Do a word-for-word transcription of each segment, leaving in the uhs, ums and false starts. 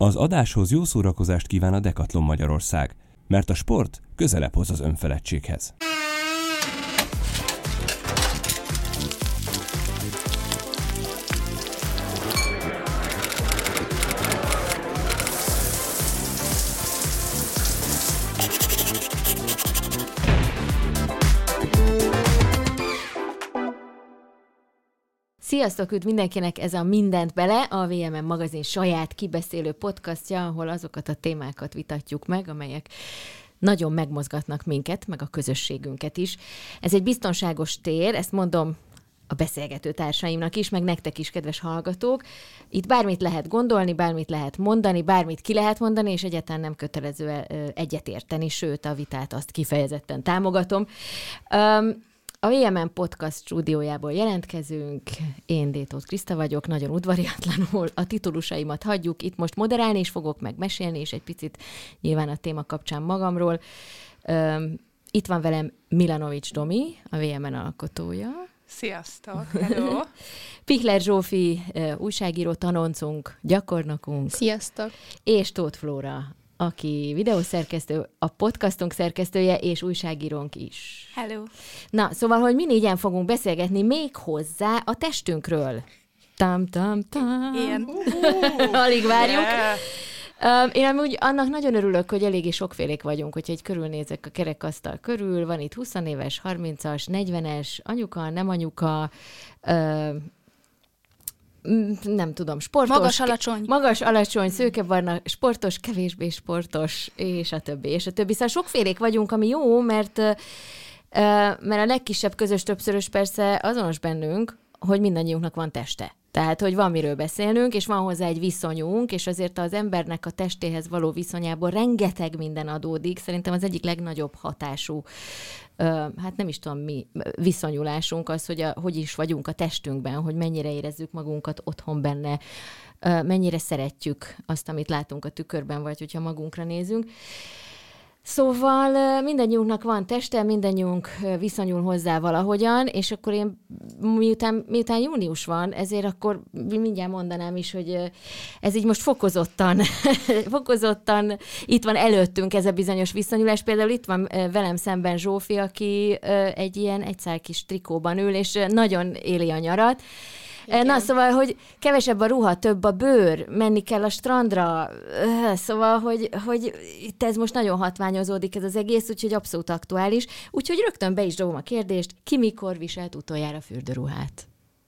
Az adáshoz jó szórakozást kíván a Decathlon Magyarország, mert a sport közelebb hoz az önfeledtséghez. Sziasztok, üdv mindenkinek, ez a Mindent bele, a vé em en magazin saját kibeszélő podcastja, ahol azokat a témákat vitatjuk meg, amelyek nagyon megmozgatnak minket, meg a közösségünket is. Ez egy biztonságos tér, ezt mondom a beszélgető társaimnak is, meg nektek is, kedves hallgatók. Itt bármit lehet gondolni, bármit lehet mondani, bármit ki lehet mondani, és egyáltalán nem kötelező egyetérteni, sőt a vitát azt kifejezetten támogatom. Um, A vé em en Podcast stúdiójából jelentkezünk, én Détóth Kriszta vagyok, nagyon udvariatlanul a titulusaimat hagyjuk, itt most moderálni is fogok, meg mesélni is egy picit nyilván a téma kapcsán magamról. Itt van velem Milanovics Domi, a vé em en alkotója. Sziasztok, hello! Pichler Zsófi, újságíró, tanoncunk, gyakornokunk. Sziasztok! És Tóth Flóra, aki videószerkesztő, a podcastunk szerkesztője, és újságírónk is. Hello! Na, szóval, hogy mi négyen fogunk beszélgetni még hozzá a testünkről. Tam, tam, tam. Ilyen. Alig várjuk. Yeah. Én amúgy annak nagyon örülök, hogy eléggé sokfélék vagyunk, hogyha egy körülnézek a kerekasztal körül, van itt húsz éves, harmincas, negyvenes, anyuka, nem anyuka, nem tudom, sportos. Magas, alacsony. Magas, alacsony, szőkebarna, sportos, kevésbé sportos, és a többi, és a többi. Szóval sokfélék vagyunk, ami jó, mert, mert a legkisebb közös többszörös persze azonos bennünk, hogy mindannyiunknak van teste. Tehát, hogy van miről beszélnünk, és van hozzá egy viszonyunk, és azért az embernek a testéhez való viszonyából rengeteg minden adódik. Szerintem az egyik legnagyobb hatású, hát nem is tudom mi, viszonyulásunk az, hogy a, hogy is vagyunk a testünkben, hogy mennyire érezzük magunkat otthon benne, mennyire szeretjük azt, amit látunk a tükörben, vagy hogyha magunkra nézünk. Szóval mindannyiunknak van teste, mindannyiunk viszonyul hozzá valahogyan, és akkor én miután, miután június van, ezért akkor mindjárt mondanám is, hogy ez így most fokozottan, fokozottan itt van előttünk ez a bizonyos viszonyulás. Például itt van velem szemben Zsófi, aki egy ilyen egyszál kis trikóban ül, és nagyon éli a nyarat. Igen. Na, szóval, hogy kevesebb a ruha, több a bőr, menni kell a strandra, szóval, hogy, hogy itt ez most nagyon hatványozódik ez az egész, úgyhogy abszolút aktuális. Úgyhogy rögtön be is dobom a kérdést, ki mikor viselt utoljára fürdőruhát?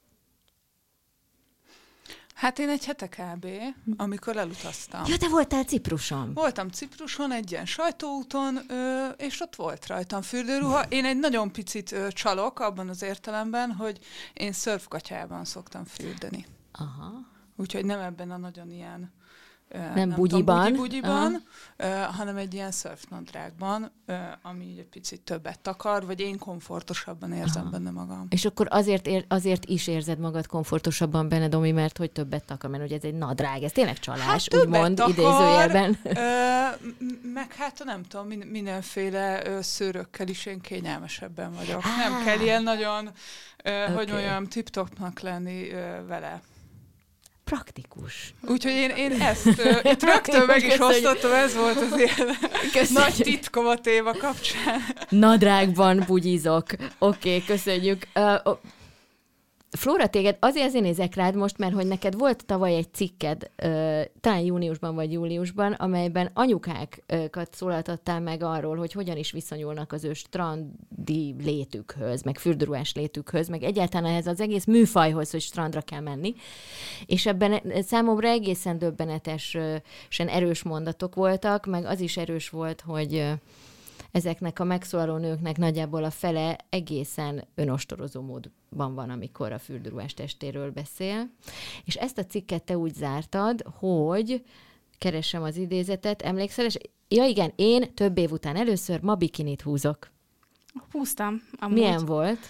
Hát én egy hete kb., amikor elutaztam. Ja, te voltál Cipruson. Voltam Cipruson, egy ilyen sajtóúton, és ott volt rajtam fürdőruha. Én egy nagyon picit csalok abban az értelemben, hogy én szörfgatyában szoktam fürdeni. Aha. Úgyhogy nem ebben a nagyon ilyen... Nem, nem bugyiban, tudom, bugyi-bugyiban uh, hanem egy ilyen szörfnadrágban, uh, ami így egy picit többet takar, vagy én komfortosabban érzem Aha. benne magam. És akkor azért, ér, azért is érzed magad komfortosabban benne, Domi, mert hogy többet takar, mert ugye ez egy nadrág, ez tényleg csalás, hát úgymond idézőjelben. Uh, meg hát nem tudom, mindenféle uh, szőrökkel is én kényelmesebben vagyok. Ah. Nem kell ilyen nagyon, uh, okay. hogy mondjam, tip-topnak lenni uh, vele. Praktikus. Úgyhogy én, én ezt uh, itt rögtön meg is osztottam, ez volt az ilyen nagy titkom a téma kapcsán. Nadrágban bugyizok. Oké, okay, köszönjük. Uh, oh. Flóra, téged azért azért nézek rád most, mert hogy neked volt tavaly egy cikked, uh, talán júniusban vagy júliusban, amelyben anyukákat szólaltattál meg arról, hogy hogyan is viszonyulnak az ő strandi létükhöz, meg fürdőruhás létükhöz, meg egyáltalán ehhez az egész műfajhoz, hogy strandra kell menni. És ebben számomra egészen döbbenetesen erős mondatok voltak, meg az is erős volt, hogy ezeknek a megszólaló nőknek nagyjából a fele egészen önostorozó módban van, amikor a fürdőruhás testéről beszél. És ezt a cikket te úgy zártad, hogy, keresem az idézetet, emlékszel, és ja igen, én több év után először ma bikinit húzok. Húztam. Amúgy. Milyen volt?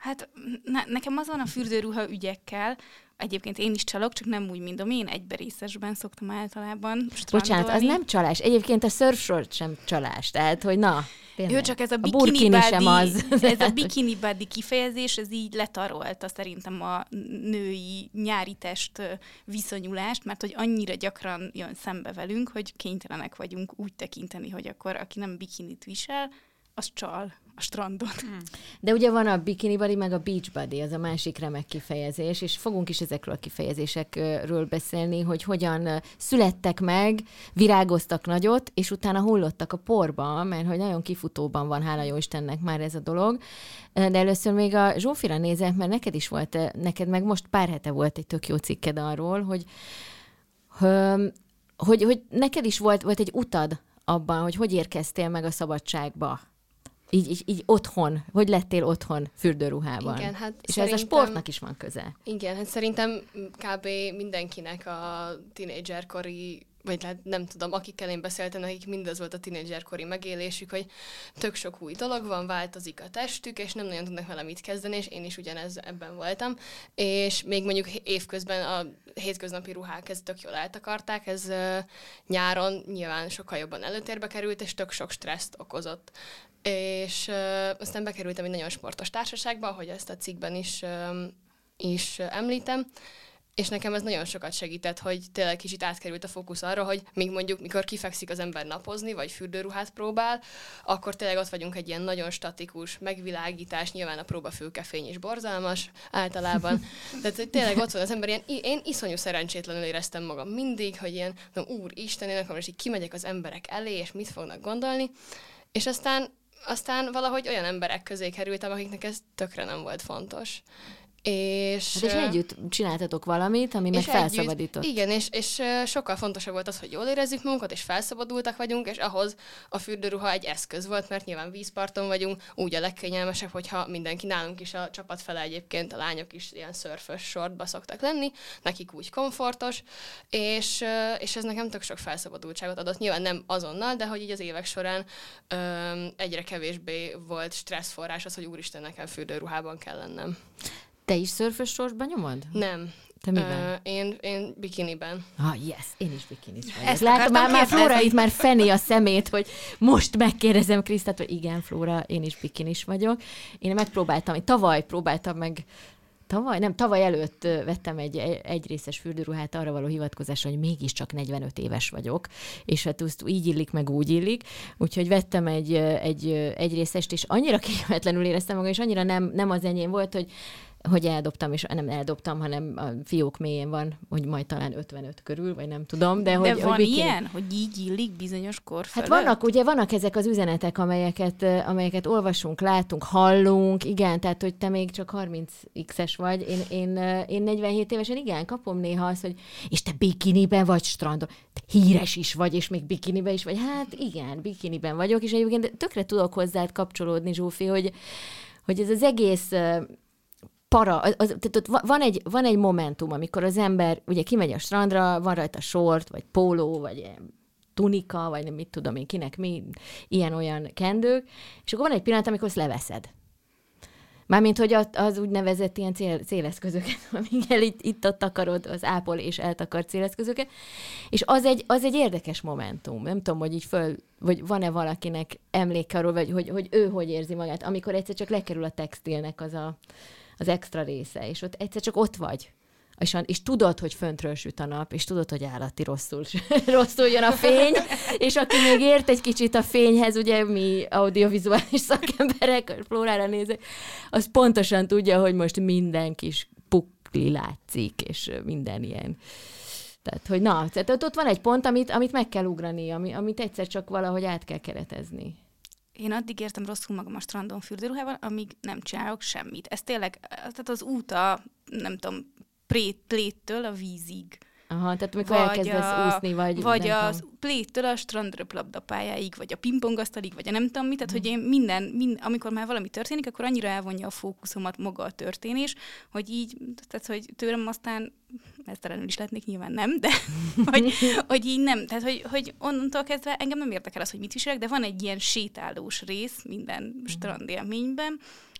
Hát ne, nekem azon a fürdőruha ügyekkel, egyébként én is csalok, csak nem úgy, mint a én egyberészesben szoktam általában strandolni. Bocsánat, az nem csalás. Egyébként a surfshort sem csalás. Tehát, hogy na, jó, csak ez a, a bikini burkini body, sem az. ez a bikini body kifejezés, ez így letarolta szerintem a női nyári test viszonyulást, mert hogy annyira gyakran jön szembe velünk, hogy kénytelenek vagyunk úgy tekinteni, hogy akkor aki nem bikinit visel, az csal a strandon. Hmm. De ugye van a bikini body, meg a beach body, az a másik remek kifejezés, és fogunk is ezekről a kifejezésekről beszélni, hogy hogyan születtek meg, virágoztak nagyot, és utána hullottak a porba, mert hogy nagyon kifutóban van, hála jó Istennek már ez a dolog. De először még a Zsófira nézek, mert neked is volt, neked meg most pár hete volt egy tök jó cikked arról, hogy, hogy, hogy neked is volt, volt egy utad abban, hogy hogy érkeztél meg a szabadságba. Így, így, így otthon, hogy lettél otthon fürdőruhában. Igen, hát és szerintem, ez a sportnak is van köze. Igen, hát szerintem kb. Mindenkinek a tínédzserkori, vagy hát nem tudom, akikkel én beszéltem, nekik mindaz volt a tínédzserkori megélésük, hogy tök sok új dolog van, változik a testük, és nem nagyon tudnak vele mit kezdeni, és én is ugyanez ebben voltam. És még mondjuk évközben a hétköznapi ruhák ezt tök jól eltakarták, ez uh, nyáron nyilván sokkal jobban előtérbe került, és tök sok stresszt okozott. És uh, aztán bekerültem egy nagyon sportos társaságba, ahogy ezt a cikkben is, um, is uh, említem, és nekem ez nagyon sokat segített, hogy tényleg kicsit átkerült a fókusz arra, hogy még mondjuk, mikor kifekszik az ember napozni, vagy fürdőruhát próbál, akkor tényleg ott vagyunk egy ilyen nagyon statikus megvilágítás, nyilván a próbafülkefény is borzalmas általában. Tehát hogy tényleg ott van az ember, ilyen, én iszonyú szerencsétlenül éreztem magam mindig, hogy ilyen, mondom, úristen, én akkor most így kimegyek az emberek elé, és mit fognak gondolni, és aztán Aztán valahogy olyan emberek közé kerültem, akiknek ez tökre nem volt fontos. És, hát és együtt csináltatok valamit, ami meg felszabadított. Együtt, igen, és, és sokkal fontosabb volt az, hogy jól érezzük magunkat, és felszabadultak vagyunk, és ahhoz a fürdőruha egy eszköz volt, mert nyilván vízparton vagyunk, úgy a legkényelmesebb, hogyha mindenki, nálunk is a csapat fele egyébként, a lányok is ilyen szörfös sortba szoktak lenni, nekik úgy komfortos, és, és ez nekem tök sok felszabadultságot adott. Nyilván nem azonnal, de hogy így az évek során öm, egyre kevésbé volt stresszforrás az, hogy úristen, nekem fürdőruhában kell lennem. Te is szörfös sortban nyomod? Nem. Te miben? Uh, én, én bikiniben. Ah, yes, én is bikinis vagyok. Látom, már, már Flóra itt már feni a szemét, hogy most megkérdezem Krisztát, hogy igen, Flóra, én is bikinis vagyok. Én megpróbáltam, tavaly próbáltam meg, tavaly, nem, tavaly előtt vettem egy egyrészes fürdőruhát arra való hivatkozásra, hogy mégiscsak negyvenöt éves vagyok, és hát azt így illik, meg úgy illik. Úgyhogy vettem egy, egy egyrészest, és annyira kényelmetlenül éreztem magam, és annyira nem, nem az enyém volt, hogy hogy eldobtam, és nem eldobtam, hanem a fiók mélyén van, hogy majd talán ötvenöt körül, vagy nem tudom. De, de hogy, van hogy ilyen, hogy így illik bizonyos kor Hát vannak, ugye vannak ezek az üzenetek, amelyeket, amelyeket olvasunk, látunk, hallunk, igen, tehát, hogy te még csak harminc x-es vagy, én, én, én negyvenhét évesen, igen, kapom néha azt, hogy és te bikiniben vagy strandon, te híres is vagy, és még bikiniben is vagy. Hát igen, bikiniben vagyok, és egyébként tökre tudok hozzád kapcsolódni, Zsófi, hogy, hogy ez az egész para, az, az, tehát ott van egy, van egy momentum, amikor az ember ugye kimegy a strandra, van rajta short, vagy póló, vagy tunika, vagy nem mit tudom én, kinek mi, ilyen-olyan kendők, és akkor van egy pillanat, amikor azt leveszed. Mármint, hogy az, az úgynevezett ilyen cél, céleszközöket, amikkel itt, itt ott takarod, az ápol és eltakar céleszközöket, és az egy, az egy érdekes momentum. Nem tudom, hogy így föl, vagy van-e valakinek emlék arról, vagy hogy, hogy ő hogy érzi magát, amikor egyszer csak lekerül a textilnek az a az extra része, és ott egyszer csak ott vagy. És, és tudod, hogy föntről süt a nap, és tudod, hogy állati rosszul, rosszul jön a fény, és aki még ért egy kicsit a fényhez, ugye mi audiovizuális szakemberek, Flórára nézek, az pontosan tudja, hogy most minden kis pukli látszik, és minden ilyen. Tehát, hogy na, tehát ott van egy pont, amit, amit meg kell ugrani, amit egyszer csak valahogy át kell keretezni. Én addig értem rosszul magam a strandon fürdőruhával, amíg nem csinálok semmit. Ez tényleg, tehát az út a, nem tudom, pléttől a vízig. Aha, tehát amikor elkezdesz a, úszni, vagy Vagy a pléttől a strandröplabdapályáig, vagy a pingpongasztalig, vagy a nem tudom mit, tehát hogy én minden, mind, amikor már valami történik, akkor annyira elvonja a fókuszomat maga a történés, hogy így, tehát hogy tőlem aztán, mesztelenül is lehetnék, nyilván nem, de hogy, hogy így nem, tehát hogy, hogy onnantól kezdve engem nem érdekel az, hogy mit viselek, de van egy ilyen sétálós rész minden strandélményben,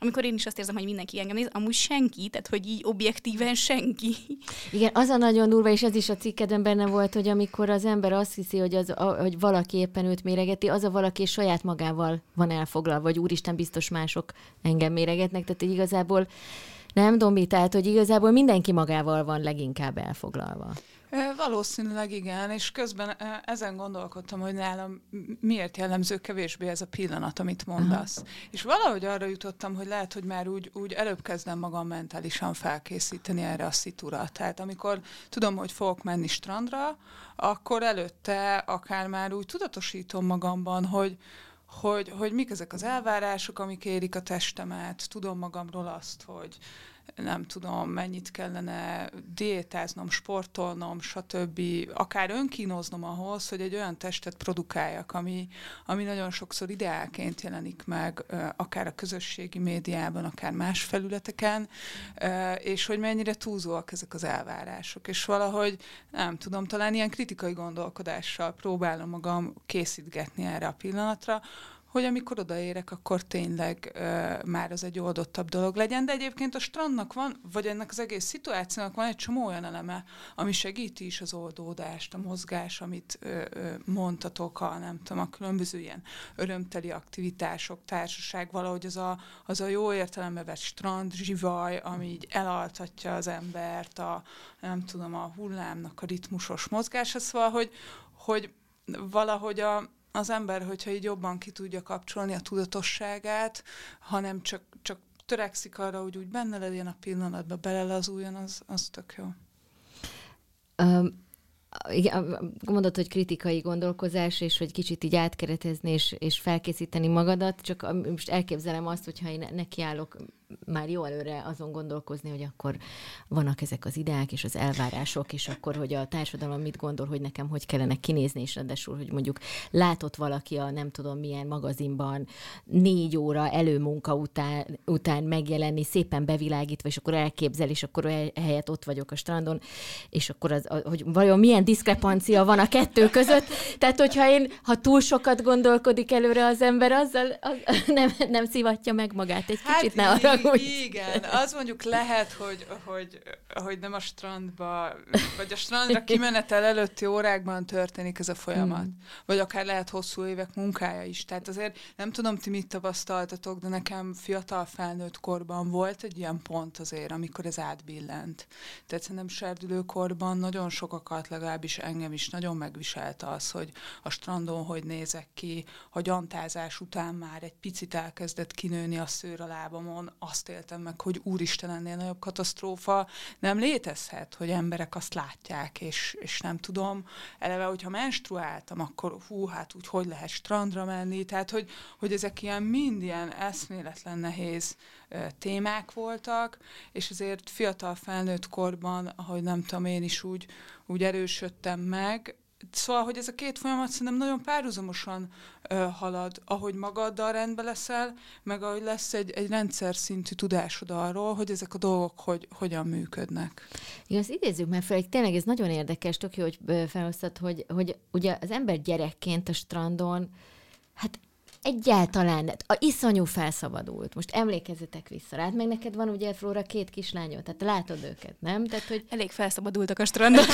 amikor én is azt érzem, hogy mindenki engem néz, amúgy senki, tehát hogy így objektíven senki. Igen, az a nagyon durva, és ez is a cikkedben benne volt, hogy amikor az ember azt hiszi, hogy, az, a, hogy valaki éppen őt méregeti, az a valaki saját magával van elfoglalva, vagy úristen, biztos mások engem méregetnek, tehát igazából nem, Dombi, tehát hogy igazából mindenki magával van leginkább elfoglalva. Valószínűleg igen, és közben ezen gondolkodtam, hogy nálam miért jellemző kevésbé ez a pillanat, amit mondasz. Aha. És valahogy arra jutottam, hogy lehet, hogy már úgy, úgy előbb kezdem magam mentálisan felkészíteni erre a szitura. Tehát amikor tudom, hogy fogok menni strandra, akkor előtte akár már úgy tudatosítom magamban, hogy Hogy, hogy mik ezek az elvárások, amik érik a testemet, tudom magamról azt, hogy nem tudom, mennyit kellene diétáznom, sportolnom, stb. Akár önkínoznom ahhoz, hogy egy olyan testet produkáljak, ami, ami nagyon sokszor ideálként jelenik meg, akár a közösségi médiában, akár más felületeken, és hogy mennyire túlzóak ezek az elvárások. És valahogy, nem tudom, talán ilyen kritikai gondolkodással próbálom magam készítgetni erre a pillanatra, hogy amikor odaérek, akkor tényleg uh, már az egy oldottabb dolog legyen. De egyébként a strandnak van, vagy ennek az egész szituációnak van egy csomó olyan eleme, ami segíti is az oldódást, a mozgás, amit uh, uh, mondtatok, a nem tudom, a különböző ilyen örömteli aktivitások, társaság, valahogy az a, az a jó értelembe vett strand, zsivaj, ami így elaltatja az embert, a nem tudom, a hullámnak a ritmusos mozgása, szóval, hogy, hogy valahogy a az ember, hogyha így jobban ki tudja kapcsolni a tudatosságát, hanem csak, csak törekszik arra, hogy úgy benne legyen a pillanatban, belelazuljon, az, az tök jó. Um, igen, mondod, hogy kritikai gondolkozás, és hogy kicsit így átkeretezni, és, és felkészíteni magadat, csak most elképzelem azt, hogyha én nekiállok már jó előre azon gondolkozni, hogy akkor vannak ezek az ideák és az elvárások, és akkor, hogy a társadalom mit gondol, hogy nekem hogy kellene kinézni, és ráadásul, hogy mondjuk látott valaki a nem tudom milyen magazinban négy óra előmunka után, után megjelenni, szépen bevilágítva, és akkor elképzel, és akkor helyett ott vagyok a strandon, és akkor az, hogy vajon milyen diszkrepancia van a kettő között. Tehát, hogyha én, ha túl sokat gondolkodik előre az ember, azzal az, nem, nem szivatja meg magát egy hát kicsit, ne arra. Igen, az mondjuk lehet, hogy, hogy, hogy nem a strandba, vagy a strandra kimenetel előtti órákban történik ez a folyamat. Mm. Vagy akár lehet hosszú évek munkája is. Tehát azért nem tudom, ti mit tapasztaltatok, de nekem fiatal felnőtt korban volt egy ilyen pont azért, amikor ez átbillent. Tehát szerintem serdülőkorban nagyon sokakat, legalábbis engem is nagyon megviselte az, hogy a strandon hogy nézek ki, hogy antázás után már egy picit elkezdett kinőni a szőr a lábamon, azt éltem meg, hogy úristen, ennél nagyobb katasztrófa nem létezhet, hogy emberek azt látják, és, és nem tudom, eleve, hogyha menstruáltam, akkor hú, hát úgy hogy lehet strandra menni, tehát, hogy, hogy ezek ilyen mind ilyen eszméletlen nehéz uh, témák voltak, és azért fiatal felnőtt korban, ahogy nem tudom, én is úgy, úgy erősödtem meg. Szóval, hogy ez a két folyamat szerintem nagyon párhuzamosan ö, halad, ahogy magaddal rendben leszel, meg ahogy lesz egy, egy rendszer szintű tudásod arról, hogy ezek a dolgok hogy, hogyan működnek. Igen, azt idézzük már fel, hogy tényleg ez nagyon érdekes, tök jó, hogy felhoztad, hogy, hogy ugye az ember gyerekként a strandon, hát egyáltalán, a iszonyú felszabadult. Most emlékezzetek vissza rá, meg neked van ugye, Flóra, két kislányod, tehát látod őket, nem? Tehát, hogy... Elég felszabadultak a strandon.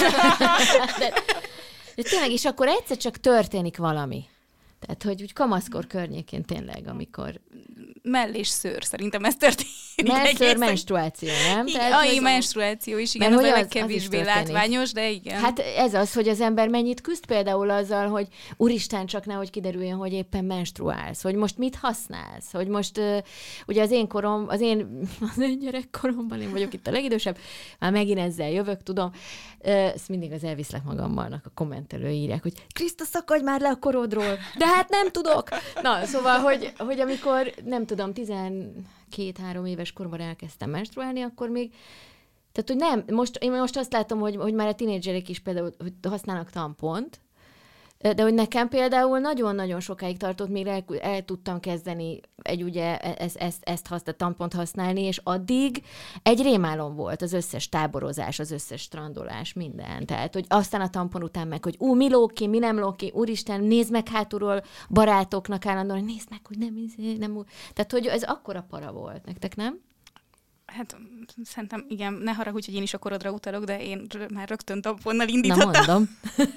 de, de tényleg, és akkor egyszer csak történik valami. Tehát, hogy úgy kamaszkor környékén tényleg, amikor... Mellés szőr, szerintem ez történik. Mellszőr, menstruáció, nem? Igen, a az... menstruáció is, igen, az a legkevésbé látványos, de igen. Hát ez az, hogy az ember mennyit küzd például azzal, hogy úristen, csak nehogy kiderüljön, hogy éppen menstruálsz, hogy most mit használsz, hogy most uh, ugye az én korom, az én, az én gyerekkoromban, én vagyok itt a legidősebb, már megint ezzel jövök, tudom, uh, ezt mindig az elviszlek magammalnak a kommentelő írják, hogy Krisztus, szakadj már le a korodról, de hát nem tudok. Na, szóval, hogy, hogy amikor, nem tudom, tizenkét-három éves korban elkezdtem menstruálni, akkor még, tehát, hogy nem, most, én most azt látom, hogy, hogy már a tínédzserek is például hogy használnak tampont, De hogy nekem például nagyon-nagyon sokáig tartott, mire el, el tudtam kezdeni egy ugye ezt, ezt, ezt használt, tampont használni, és addig egy rémálom volt az összes táborozás, az összes strandolás, minden. Tehát, hogy aztán a tampon után meg, hogy ú, mi lók ki, mi nem lók ki, úristen, nézd meg hátulról barátoknak állandóan, nézd meg, hogy nem, nem, tehát, hogy ez akkora para volt nektek, nem? Hát szerintem igen, ne haragudj, hogy én is a korodra utalok, de én r- már rögtön tamponnal indítottam. Na mondom.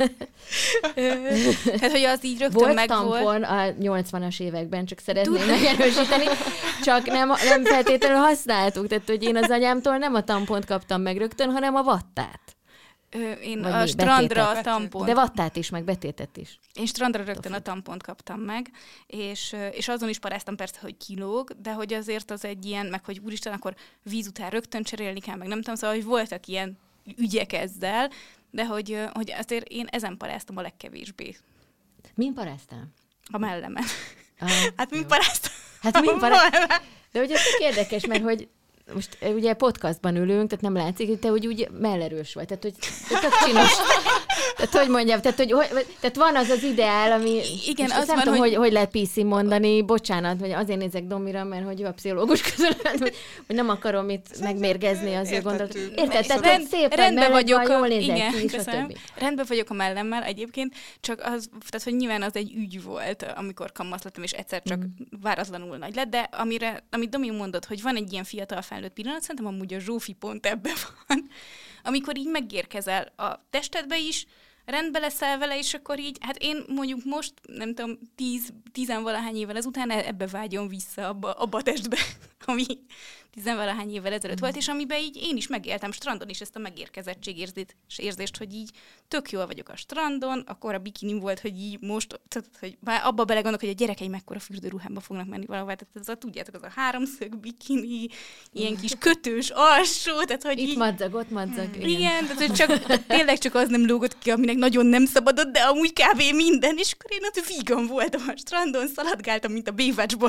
Hát, hogy az így rögtön volt meg tampon volt. a nyolcvanas években, csak szeretném megerősíteni, csak nem, nem feltétlenül használtuk. Tehát, hogy én az anyámtól nem a tampont kaptam meg rögtön, hanem a vattát. Ö, én Vagy a mi? strandra Betétet. a tampont. De vattát is, meg betétet is. Én strandra rögtön a tampont kaptam meg, és, és azon is paráztam persze, hogy kilóg, de hogy azért az egy ilyen, meg hogy úristen, akkor víz után rögtön cserélni kell, meg nem tudom, szóval, hogy voltak ilyen ügyek ezzel, de hogy, hogy azért én ezen paráztam a legkevésbé. Min paráztál? A mellemen. Ah, Hát min jó. paráztam? Hát min paráztál? De ugye ez tök érdekes, mert hogy most ugye podcastban ülünk, tehát nem látszik, hogy te úgy, úgy mellerős vagy, tehát hogy te tök csinos. Tehát hogy mondjam, tehát, hogy, hogy, tehát van az az ideál, ami... Igen, az nem van, tudom, hogy... hogy... hogy lehet pé cé mondani, bocsánat, vagy azért nézek Domira, mert hogy ő a pszichológus között, hogy, hogy nem akarom itt megmérgezni az ő gondolatot. Érted? Tehát Rend, szépen rendben vagyok, van, jól a, nézek igen, ki, és köszönöm. a többi. Rendben vagyok a mellemmel egyébként, csak az, tehát hogy nyilván az egy ügy volt, amikor kamasz lettem, és egyszer csak mm. váratlanul nagy lett, de amire, amit Domi mondott, hogy van egy ilyen fiatal felnőtt pillanat, szerintem amúgy a Zsófi pont ebben van, amikor így megérkezel a testedbe is, rendbe leszel vele, és akkor így, hát én mondjuk most, nem tudom, tíz, tizenvalahány évvel ezután ebbe vágyom vissza, abba, abba a testbe, ami tizenvalahány évvel ezelőtt mm. volt, és amiben így én is megéltem strandon is ezt a megérkezettség érzést, érzést, hogy így tök jól vagyok a strandon, akkor a bikinim volt, hogy így most, tehát, hogy már abba belegondolok, hogy a gyerekeim mekkora fürdőruhába fognak menni valahová, tehát ez a, tudjátok, az a háromszög bikini, ilyen kis kötős alsó, tehát hogy Itt így... madzag, ott madzag. Igen, igen tehát, hogy csak, tehát tényleg csak az nem lógott ki, aminek nagyon nem szabadott, de amúgy kb. Minden, és akkor én ott vígan voltam a strandon, szaladgáltam, mint a Baywatch-ból.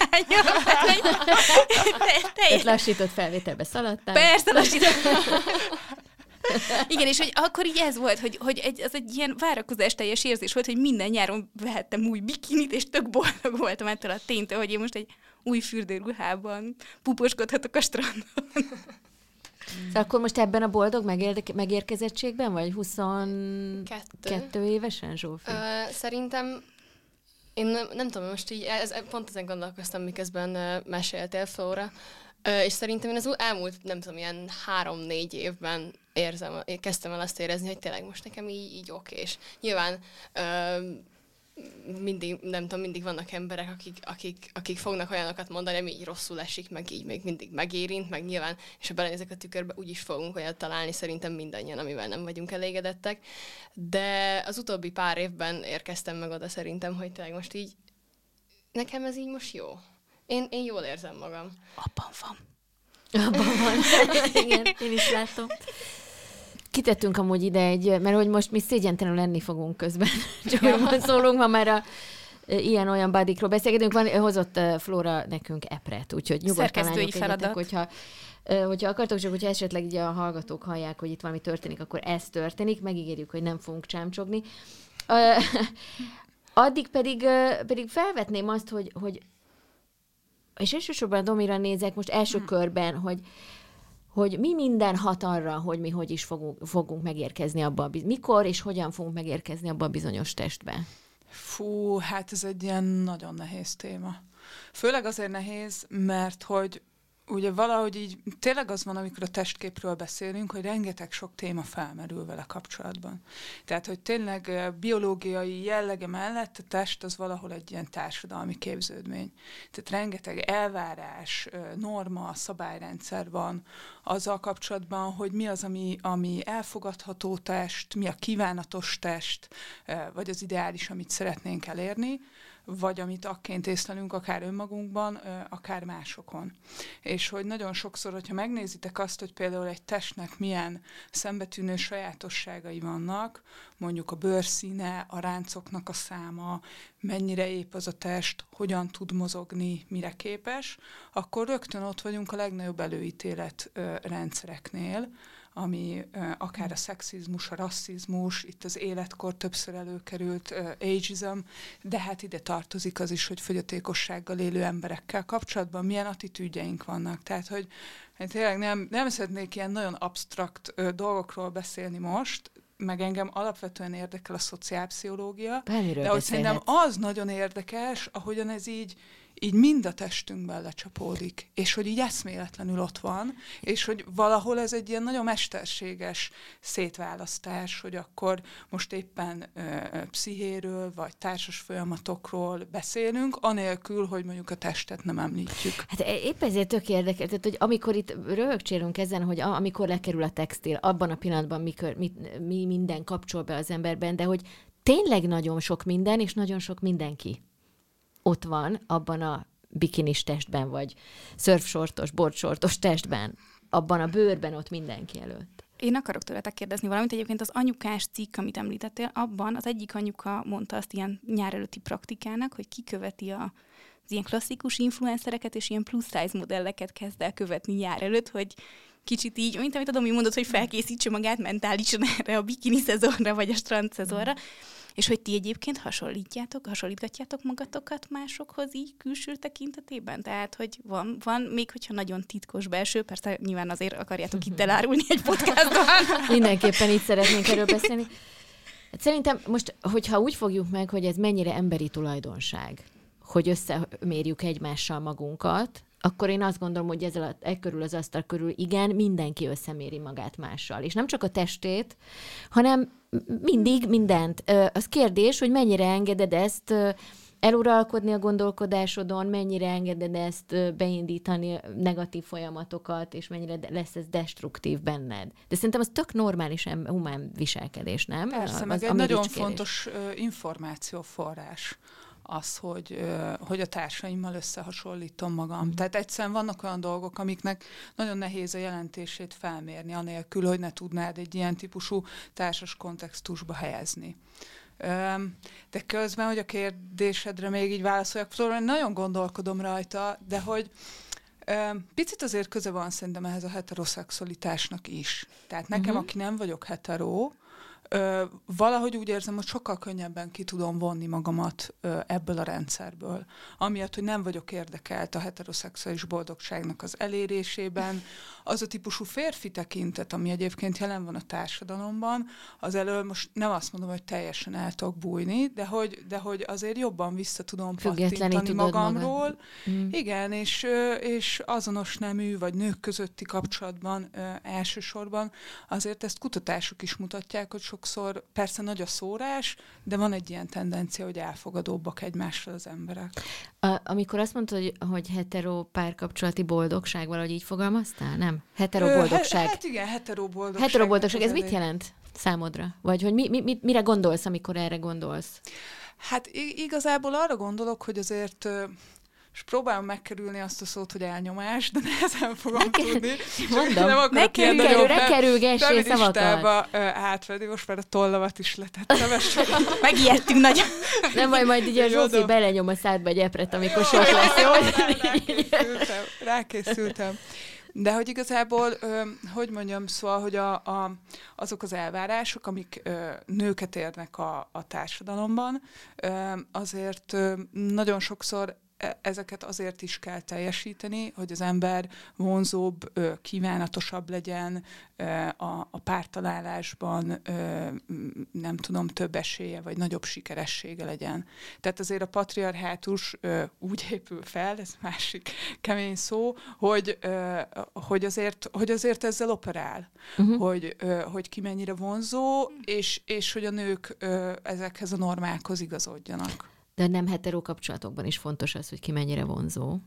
Tehát lassított felvételbe szaladtál. Persze, lassított. Igen, és hogy akkor így ez volt, hogy, hogy egy, az egy ilyen várakozás teljes érzés volt, hogy minden nyáron vehettem új bikinit, és tök boldog voltam ettől a ténytől, hogy én most egy új fürdőruhában puposkodhatok a strandon. Szóval akkor most ebben a boldog megér- megérkezettségben vagy? huszonkettő évesen, Zsófi? Uh, szerintem én nem, nem tudom, most így ez, pont ezen gondolkoztam, miközben uh, meséltél, Flóra, uh, és szerintem én az elmúlt, nem tudom, ilyen három-négy évben érzem, kezdtem el azt érezni, hogy tényleg most nekem így, így okés. Nyilván uh, mindig, nem tudom, mindig vannak emberek, akik, akik, akik fognak olyanokat mondani, ami így rosszul esik, meg így még mindig megérint, meg nyilván, és ha belenézek a tükörbe, úgyis fogunk olyat találni, szerintem mindannyian, amivel nem vagyunk elégedettek. De az utóbbi pár évben érkeztem meg oda szerintem, hogy tényleg most így, nekem ez így most jó. Én, én jól érzem magam. Abban van. Abban van. Igen, én is látom. Kitettünk amúgy ide egy, mert hogy most mi szégyentelenül lenni fogunk közben. Csak ja. hogy szólunk, ha már a ilyen-olyan budikról beszélgetünk, van, hozott uh, Flóra nekünk epret, úgyhogy nyugodtan lányok egyetek, hogyha, uh, hogyha akartok, csak hogyha esetleg így a hallgatók hallják, hogy itt valami történik, akkor ez történik, megígérjük, hogy nem fogunk csámcsogni. Uh, addig pedig, uh, pedig felvetném azt, hogy, hogy és elsősorban a Domira nézek most első hmm. körben, hogy hogy mi minden hat arra, hogy mi hogy is fogunk, fogunk megérkezni abba a bizonyos, mikor és hogyan fogunk megérkezni abba a bizonyos testbe. Fú, hát ez egy ilyen nagyon nehéz téma. Főleg azért nehéz, mert hogy ugye valahogy így tényleg az van, amikor a testképről beszélünk, hogy rengeteg sok téma felmerül vele kapcsolatban. Tehát, hogy tényleg biológiai jellege mellett a test az valahol egy ilyen társadalmi képződmény. Tehát rengeteg elvárás, norma, szabályrendszer van azzal kapcsolatban, hogy mi az, ami, ami elfogadható test, mi a kívánatos test, vagy az ideális, amit szeretnénk elérni, vagy amit akként észlelünk akár önmagunkban, akár másokon. És hogy nagyon sokszor, hogyha megnézitek azt, hogy például egy testnek milyen szembetűnő sajátosságai vannak, mondjuk a bőrszíne, a ráncoknak a száma, mennyire épp az a test, hogyan tud mozogni, mire képes, akkor rögtön ott vagyunk a legnagyobb előítélet rendszereknél, ami uh, akár a szexizmus, a rasszizmus, itt az életkor többször előkerült uh, ageism, de hát ide tartozik az is, hogy fogyatékossággal élő emberekkel kapcsolatban milyen attitűdjeink vannak. Tehát, hogy hát tényleg nem, nem szeretnék ilyen nagyon absztrakt uh, dolgokról beszélni most, meg engem alapvetően érdekel a szociálpszichológia, Bármiről de hogy szerintem beszélhetsz. az nagyon érdekes, ahogyan ez így, így mind a testünkben lecsapódik, és hogy így eszméletlenül ott van, és hogy valahol ez egy ilyen nagyon mesterséges szétválasztás, hogy akkor most éppen ö, pszichéről, vagy társas folyamatokról beszélünk, anélkül, hogy mondjuk a testet nem említjük. Hát épp ezért tök érdekes, tehát, hogy amikor itt röhögcsélünk ezen, hogy a, amikor lekerül a textil, abban a pillanatban mikor, mit, mi minden kapcsol be az emberben, de hogy tényleg nagyon sok minden, és nagyon sok mindenki ott van abban a bikinis testben, vagy szörfsortos, bordsortos testben, abban a bőrben ott mindenki előtt. Én akarok tőletek kérdezni valamit. Egyébként az anyukás cikk, amit említettél, abban az egyik anyuka mondta azt ilyen nyár előtti praktikának, hogy kiköveti a, az ilyen klasszikus influencereket, és ilyen plusz size modelleket kezd el követni nyár előtt, hogy kicsit így, mint amit Adomi mondott, hogy felkészítse magát mentálisan erre a bikini szezonra, vagy a strand szezonra, és hogy ti egyébként hasonlítjátok, hasonlítgatjátok magatokat másokhoz így külső tekintetében? Tehát, hogy van, van, még hogyha nagyon titkos belső, persze nyilván azért akarjátok itt elárulni egy podcastban. Mindenképpen itt szeretnénk erről beszélni. Hát szerintem most, hogyha úgy fogjuk meg, hogy ez mennyire emberi tulajdonság, hogy összemérjük egymással magunkat, akkor én azt gondolom, hogy ezzel a, e körül az asztal körül igen, mindenki összeméri magát mással. És nem csak a testét, hanem mindig mindent. Az kérdés, hogy mennyire engeded ezt eluralkodni a gondolkodásodon, mennyire engeded ezt beindítani negatív folyamatokat, és mennyire lesz ez destruktív benned. De szerintem az tök normális humán viselkedés, nem? Persze, az, meg egy a nagyon miricskérés. fontos uh, információforrás az, hogy, uh, hogy a társaimmal összehasonlítom magam. Mm. Tehát egyszerűen vannak olyan dolgok, amiknek nagyon nehéz a jelentését felmérni, anélkül, hogy ne tudnád egy ilyen típusú társas kontextusba helyezni. Um, de közben, hogy a kérdésedre még így válaszoljak, szóval nagyon gondolkodom rajta, de hogy um, picit azért köze van szerintem ehhez a heteroszexualitásnak is. Tehát nekem, uh-huh. aki nem vagyok hetero, Ö, valahogy úgy érzem, hogy sokkal könnyebben ki tudom vonni magamat ö, ebből a rendszerből. Amiatt, hogy nem vagyok érdekelt a heteroszexuális boldogságnak az elérésében. Az a típusú férfi tekintet, ami egyébként jelen van a társadalomban, az elől most nem azt mondom, hogy teljesen el tudok bújni, de hogy, de hogy azért jobban vissza tudom pattintani magamról. Magad. Mm. Igen, és, és azonos nemű vagy nők közötti kapcsolatban ö, elsősorban azért ezt kutatások is mutatják, hogy sokszor persze nagy a szórás, de van egy ilyen tendencia, hogy elfogadóbbak egymással az emberek. A, amikor azt mondtad, hogy, hogy hetero párkapcsolati boldogság, valahogy így fogalmaztál? Nem? Hetero boldogság. Ö, hát igen, hetero boldogság. Hetero boldogság, ez mit jelent számodra? Vagy hogy mi, mi, mi, mire gondolsz, amikor erre gondolsz? Hát igazából arra gondolok, hogy azért... és próbálom megkerülni azt a szót, hogy elnyomás, de nehezen fogom ne tudni. Mondom, nem ne kerül, ne kerülgessé szavakat. Átvenni, most már a tollamat is letettem. Megijedtünk nagyon. Nem baj, majd így a Zsófi belenyom a szádba egy epret, amikor sok lesz. Jó? Rákészültem, rákészültem. De hogy igazából, ö, hogy mondjam, szóval, hogy a, a, azok az elvárások, amik ö, nőket érnek a, a társadalomban, ö, azért ö, nagyon sokszor ezeket azért is kell teljesíteni, hogy az ember vonzóbb, kívánatosabb legyen, a, a pártalálásban nem tudom, több esélye, vagy nagyobb sikeressége legyen. Tehát azért a patriarhátus úgy épül fel, ez másik kemény szó, hogy, hogy, azért, hogy azért ezzel operál, uh-huh. hogy, hogy ki mennyire vonzó, és, és hogy a nők ezekhez a normákhoz igazodjanak. De nem hetero kapcsolatokban is fontos az, hogy ki mennyire vonzó.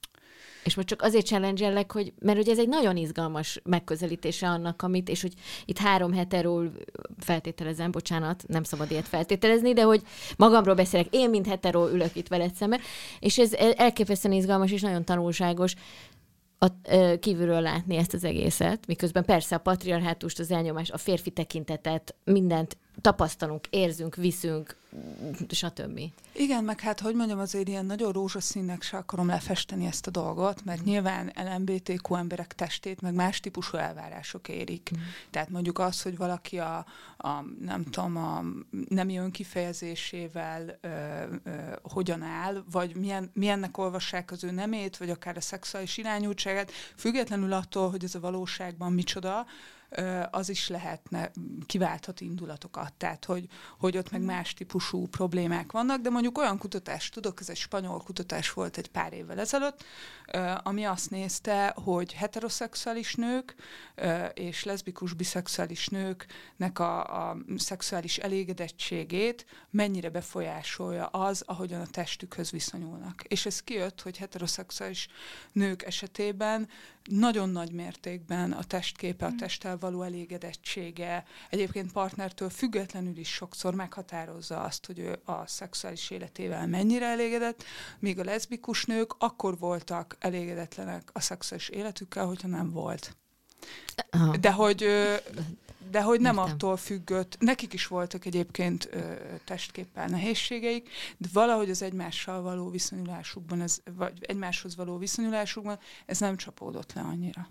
És most csak azért challenge-ellek, hogy, mert ugye ez egy nagyon izgalmas megközelítése annak, amit, és hogy itt három hetero feltételezem, bocsánat, nem szabad ilyet feltételezni, de hogy magamról beszélek, én mint hetero ülök itt veled szemben, és ez elképesztően izgalmas és nagyon tanulságos a, ö, kívülről látni ezt az egészet, miközben persze a patriarhátust, az elnyomást, a férfi tekintetet, mindent tapasztalunk, érzünk, viszünk, stb. Igen, meg hát, hogy mondjam, azért ilyen nagyon rózsaszínnek se akarom lefesteni ezt a dolgot, mert nyilván el em bé té kú emberek testét, meg más típusú elvárások érik. Mm. Tehát mondjuk az, hogy valaki a, a nem tudom, a nemi önkifejezésével ö, ö, hogyan áll, vagy milyen, milyennek olvassák az ő nemét, vagy akár a szexuális irányultságát, függetlenül attól, hogy ez a valóságban micsoda, az is lehetne, kiválthat indulatokat, tehát hogy, hogy ott meg más típusú problémák vannak, de mondjuk olyan kutatást tudok, ez egy spanyol kutatás volt egy pár évvel ezelőtt, ami azt nézte, hogy heteroszexuális nők és leszbikus, biszexuális nőknek a, a szexuális elégedettségét mennyire befolyásolja az, ahogyan a testükhöz viszonyulnak. És ez kijött, hogy heteroszexuális nők esetében nagyon nagy mértékben a testképe, a testtel való elégedettsége, egyébként partnertől függetlenül is sokszor meghatározza azt, hogy ő a szexuális életével mennyire elégedett, míg a leszbikus nők akkor voltak elégedetlenek a szexuális életükkel, hogyha nem volt. Aha. De hogy... De hogy nem Értem. attól függött, nekik is voltak egyébként ö, testképpel nehézségeik, de valahogy az egymással való viszonyulásukban, ez, vagy egymáshoz való viszonyulásukban ez nem csapódott le annyira.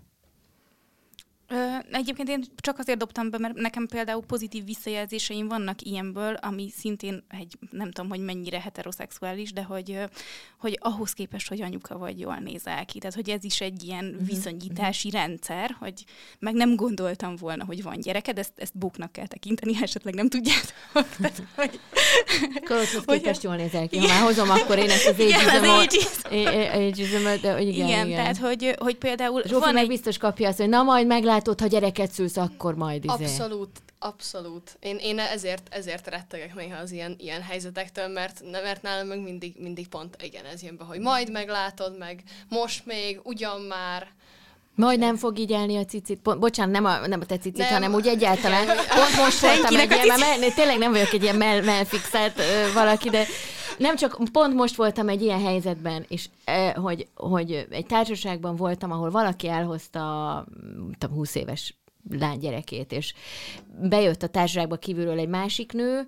Ö, egyébként én csak azért dobtam be, mert nekem például pozitív visszajelzéseim vannak ilyenből, ami szintén egy, nem tudom, hogy mennyire heteroszexuális, de hogy, hogy ahhoz képest, hogy anyuka vagy, jól nézel ki. Tehát, hogy ez is egy ilyen mm-hmm. viszonyítási rendszer, hogy meg nem gondoltam volna, hogy van gyereked, ezt, ezt bóknak kell tekinteni, esetleg nem tudjátok. Korodhoz képest jól nézel ki. Ha már hozom, akkor én ezt az ageism-ot, de igen, igen, igen. tehát, hogy, hogy például Zsófi van meg egy... biztos kapja azt, hogy na majd meglátod, ha gyereket szülsz, akkor majd izé. Abszolút, abszolút. Én, én ezért, ezért rettegek néha az ilyen, ilyen helyzetektől, mert, mert nálam meg mindig, mindig pont igen, ez jön be, hogy majd meglátod, meg most még, ugyan már. Majd nem fog így elni a cicit. Po- bocsánat, nem a, nem a te cicit, nem, hanem úgy egyáltalán. Pont most voltam egy ilyen, mert tényleg nem vagyok egy ilyen mell- mellfixelt ö, valaki, de nem csak, pont most voltam egy ilyen helyzetben, és eh, hogy, hogy egy társaságban voltam, ahol valaki elhozta tudom, húsz éves lánygyerekét, és bejött a társaságba kívülről egy másik nő,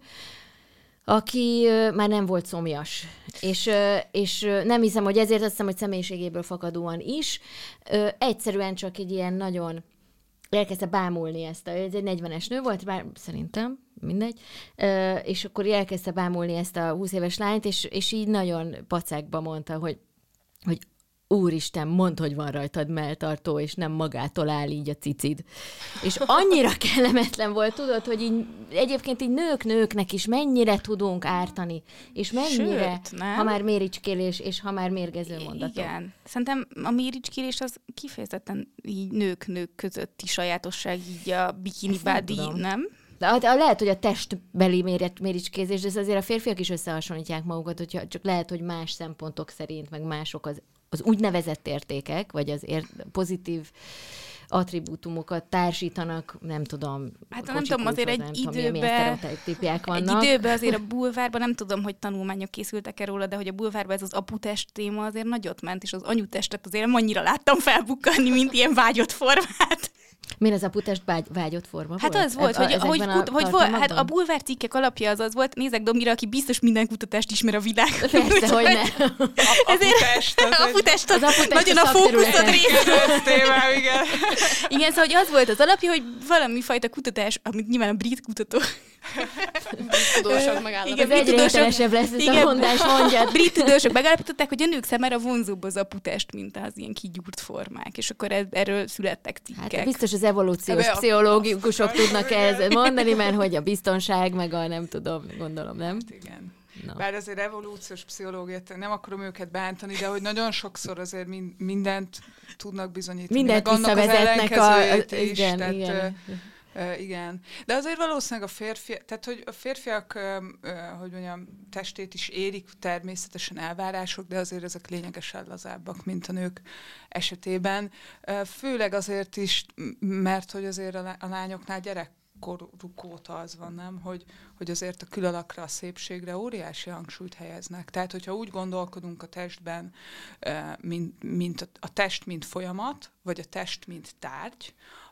aki uh, már nem volt szomjas. És, uh, és uh, nem hiszem, hogy ezért, azt hiszem, hogy személyiségéből fakadóan is. Uh, egyszerűen csak egy ilyen nagyon elkezdte bámulni ezt. A, ez egy negyvenes nő volt, bár szerintem, mindegy. Uh, és akkor elkezdte bámulni ezt a húsz éves lányt, és, és így nagyon pacákba mondta, hogy, hogy úristen, mondd, hogy van rajtad melltartó, és nem magától áll így a cicid. És annyira kellemetlen volt, tudod, hogy így, egyébként így nők-nőknek is mennyire tudunk ártani, és mennyire, Sőt, ha már méricskélés, és ha már mérgező mondatok. Igen. Szerintem a méricskélés az kifejezetten így nők-nők közötti sajátosság, így a bikini body, nem? nem? De lehet, hogy a testbeli méret, méricskézés, de azért a férfiak is összehasonlítják magukat, hogyha csak lehet, hogy más szempontok szerint, meg mások az, az úgynevezett értékek, vagy az ér, pozitív attribútumokat társítanak, nem tudom. Hát nem tudom, azért egy időben, egy időben azért a bulvárban, nem tudom, hogy tanulmányok készültek-e róla, de hogy a bulvárban ez az aputest téma azért nagyot ment, és az anyutestet azért nem annyira láttam felbukkanni, mint ilyen vágyott formát. Mi az aputest vágy, vágyott forma hát volt? az volt, hogy, hogy, kut, hogy volt, hát a bulvár cikkek alapja az az volt, nézek Domira, aki biztos minden kutatást ismer a világon. Persze, hogy ne. Ezért aputest, az aputest nagyon a fókuszod része. igen. Igen, szóval hogy az volt az alapja, hogy valami fajta kutatás, amit nyilván a brit kutató. Tudósok megállapították. Igen, egyre értelesebb lesz ez a mondás, mondjad. Brit tudósok megállapították, hogy a nők számára vonzóbb az aputest, mint az ilyen kigyúrt formák, és akkor erről születtek cikkek. Hát biztos az evolúciós pszichológikusok tudnak ezt mondani, mert hogy a biztonság, meg a nem tudom, gondolom, nem? Hát igen. No. Bár azért evolúciós pszichológiát, nem akarom őket bántani, de hogy nagyon sokszor azért mindent tudnak bizonyítani. Mindent visszavezetnek a... is, igen, tehát, igen. Uh, igen. De azért valószínűleg a férfiak, tehát hogy a férfiak, uh, uh, hogy mondjam, testét is érik természetesen elvárások, de azért ezek lényegesen lazábbak, mint a nők esetében. Uh, főleg azért is, mert hogy azért a, lá- a lányoknál gyerekkoruk óta az van, nem? Hogy, hogy azért a külalakra, a szépségre óriási hangsúlyt helyeznek. Tehát, hogyha úgy gondolkodunk a testben, uh, mint, mint a, a test, mint folyamat, vagy a test, mint tárgy,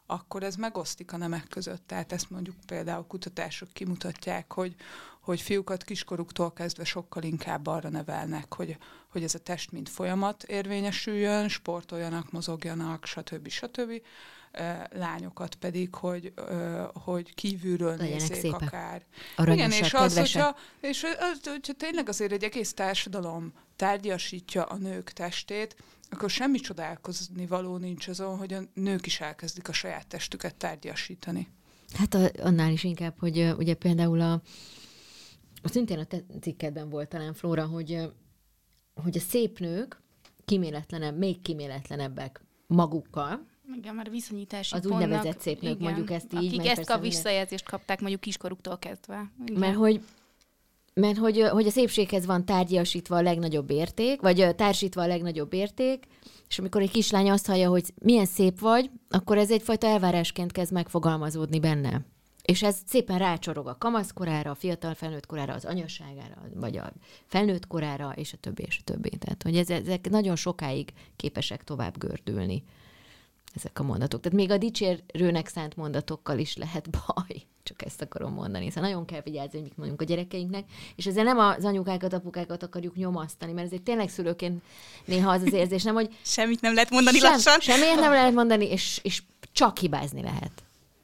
akkor ez megosztik a nemek között. Tehát ezt mondjuk például kutatások kimutatják, hogy, hogy fiúkat kiskoruktól kezdve sokkal inkább arra nevelnek, hogy, hogy ez a test mint folyamat érvényesüljön, sportoljanak, mozogjanak, stb. stb. Lányokat pedig, hogy, hogy kívülről legyenek nézzék szépek. Akár. Aranyosak, igen, és az, hogyha, és az, hogyha tényleg azért egy egész társadalom tárgyasítja a nők testét, akkor semmi csodálkozni való nincs azon, hogy a nők is elkezdik a saját testüket tárgyasítani. Hát a, annál is inkább, hogy uh, ugye például a, szintén a te cikkedben volt talán, Flóra, hogy, uh, hogy a szép nők kiméletlenebb, még kiméletlenebbek magukkal, igen, már viszonyítási az pontnak, úgynevezett szép nők, igen, mondjuk ezt így. akik ezt a visszajelzést kapták mondjuk kiskoruktól kezdve. Igen. Mert hogy Mert hogy, hogy a szépséghez van tárgyasítva a legnagyobb érték, vagy társítva a legnagyobb érték, és amikor egy kislány azt hallja, hogy milyen szép vagy, akkor ez egyfajta elvárásként kezd megfogalmazódni benne. És ez szépen rácsorog a kamaszkorára, a fiatal felnőtt korára, az anyaságára, vagy a felnőtt korára, és a többi, és a többi. Tehát, hogy ezek nagyon sokáig képesek tovább gördülni, ezek a mondatok. Tehát még a dicsérőnek szánt mondatokkal is lehet baj. Csak ezt akarom mondani. Szóval nagyon kell vigyázni, hogy mit mondjunk a gyerekeinknek, és ezzel nem az anyukákat, apukákat akarjuk nyomasztani, mert ezért tényleg szülőként néha az az érzés, nem, hogy semmit nem lehet mondani sem, lassan. Semmiért nem lehet mondani, és, és csak hibázni lehet.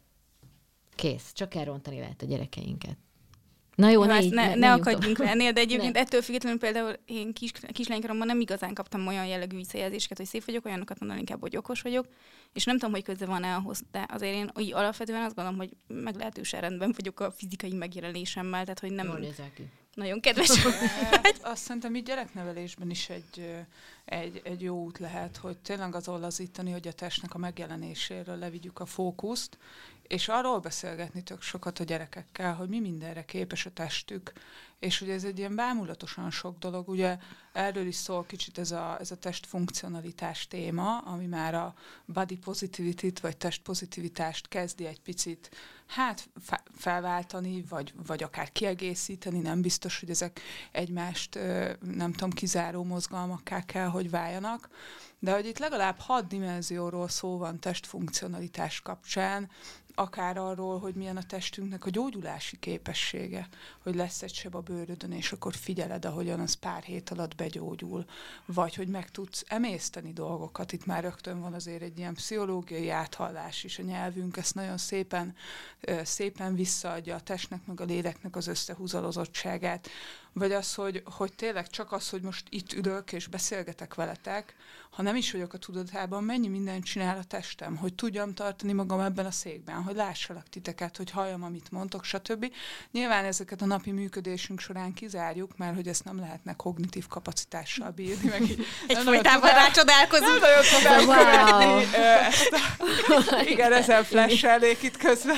Kész. Csak elrontani lehet a gyerekeinket. Na jó, jó, ne, így, ne, ne, ne akadjunk le ennél, de egyébként ne. ettől függetlenül például én kis, kislánykoromban nem igazán kaptam olyan jellegű visszajelzéseket, hogy szép vagyok, olyanokat mondani inkább, hogy okos vagyok, és nem tudom, hogy köze van-e ahhoz, de azért én így alapvetően azt gondolom, hogy meglehetősen rendben vagyok a fizikai megjelenésemmel, tehát hogy nem... Jól nézel ki. Nagyon kedves. Azt szerintem így gyereknevelésben is egy, egy, egy jó út lehet, hogy tényleg azon lazítani, hogy a testnek a megjelenéséről levigyük a fókuszt, és arról beszélgetni tök sokat a gyerekekkel, hogy mi mindenre képes a testük, és hogy ez egy ilyen bámulatosan sok dolog, ugye erről is szól kicsit ez a, ez a testfunkcionalitás téma, ami már a body positivity-t, vagy testpozitivitást kezdi egy picit hát felváltani, vagy, vagy akár kiegészíteni, nem biztos, hogy ezek egymást nem tudom, kizáró mozgalmakká kell, hogy váljanak, de hogy itt legalább hat dimenzióról szó van testfunkcionalitás kapcsán, akár arról, hogy milyen a testünknek a gyógyulási képessége, hogy lesz egy seb a bőrödön, és akkor figyeled, ahogyan az pár hét alatt begyógyul, vagy hogy meg tudsz emészteni dolgokat. Itt már rögtön van azért egy ilyen pszichológiai áthallás is, a nyelvünk ezt nagyon szépen, szépen visszaadja a testnek, meg a léleknek az összehúzalozottságát, vagy az, hogy, hogy tényleg csak az, hogy most itt ülök és beszélgetek veletek, ha nem is vagyok a tudatában, mennyi mindent csinál a testem, hogy tudjam tartani magam ebben a székben, hogy lássalak titeket, hogy halljam, amit mondtok, stb. Nyilván ezeket a napi működésünk során kizárjuk, mert hogy ezt nem lehetne kognitív kapacitással bírni, meg így egyfolytában rácsodálkozunk. Nem nagyon tudnám követni ezt a... Igen, ezen flash-elnék itt közben.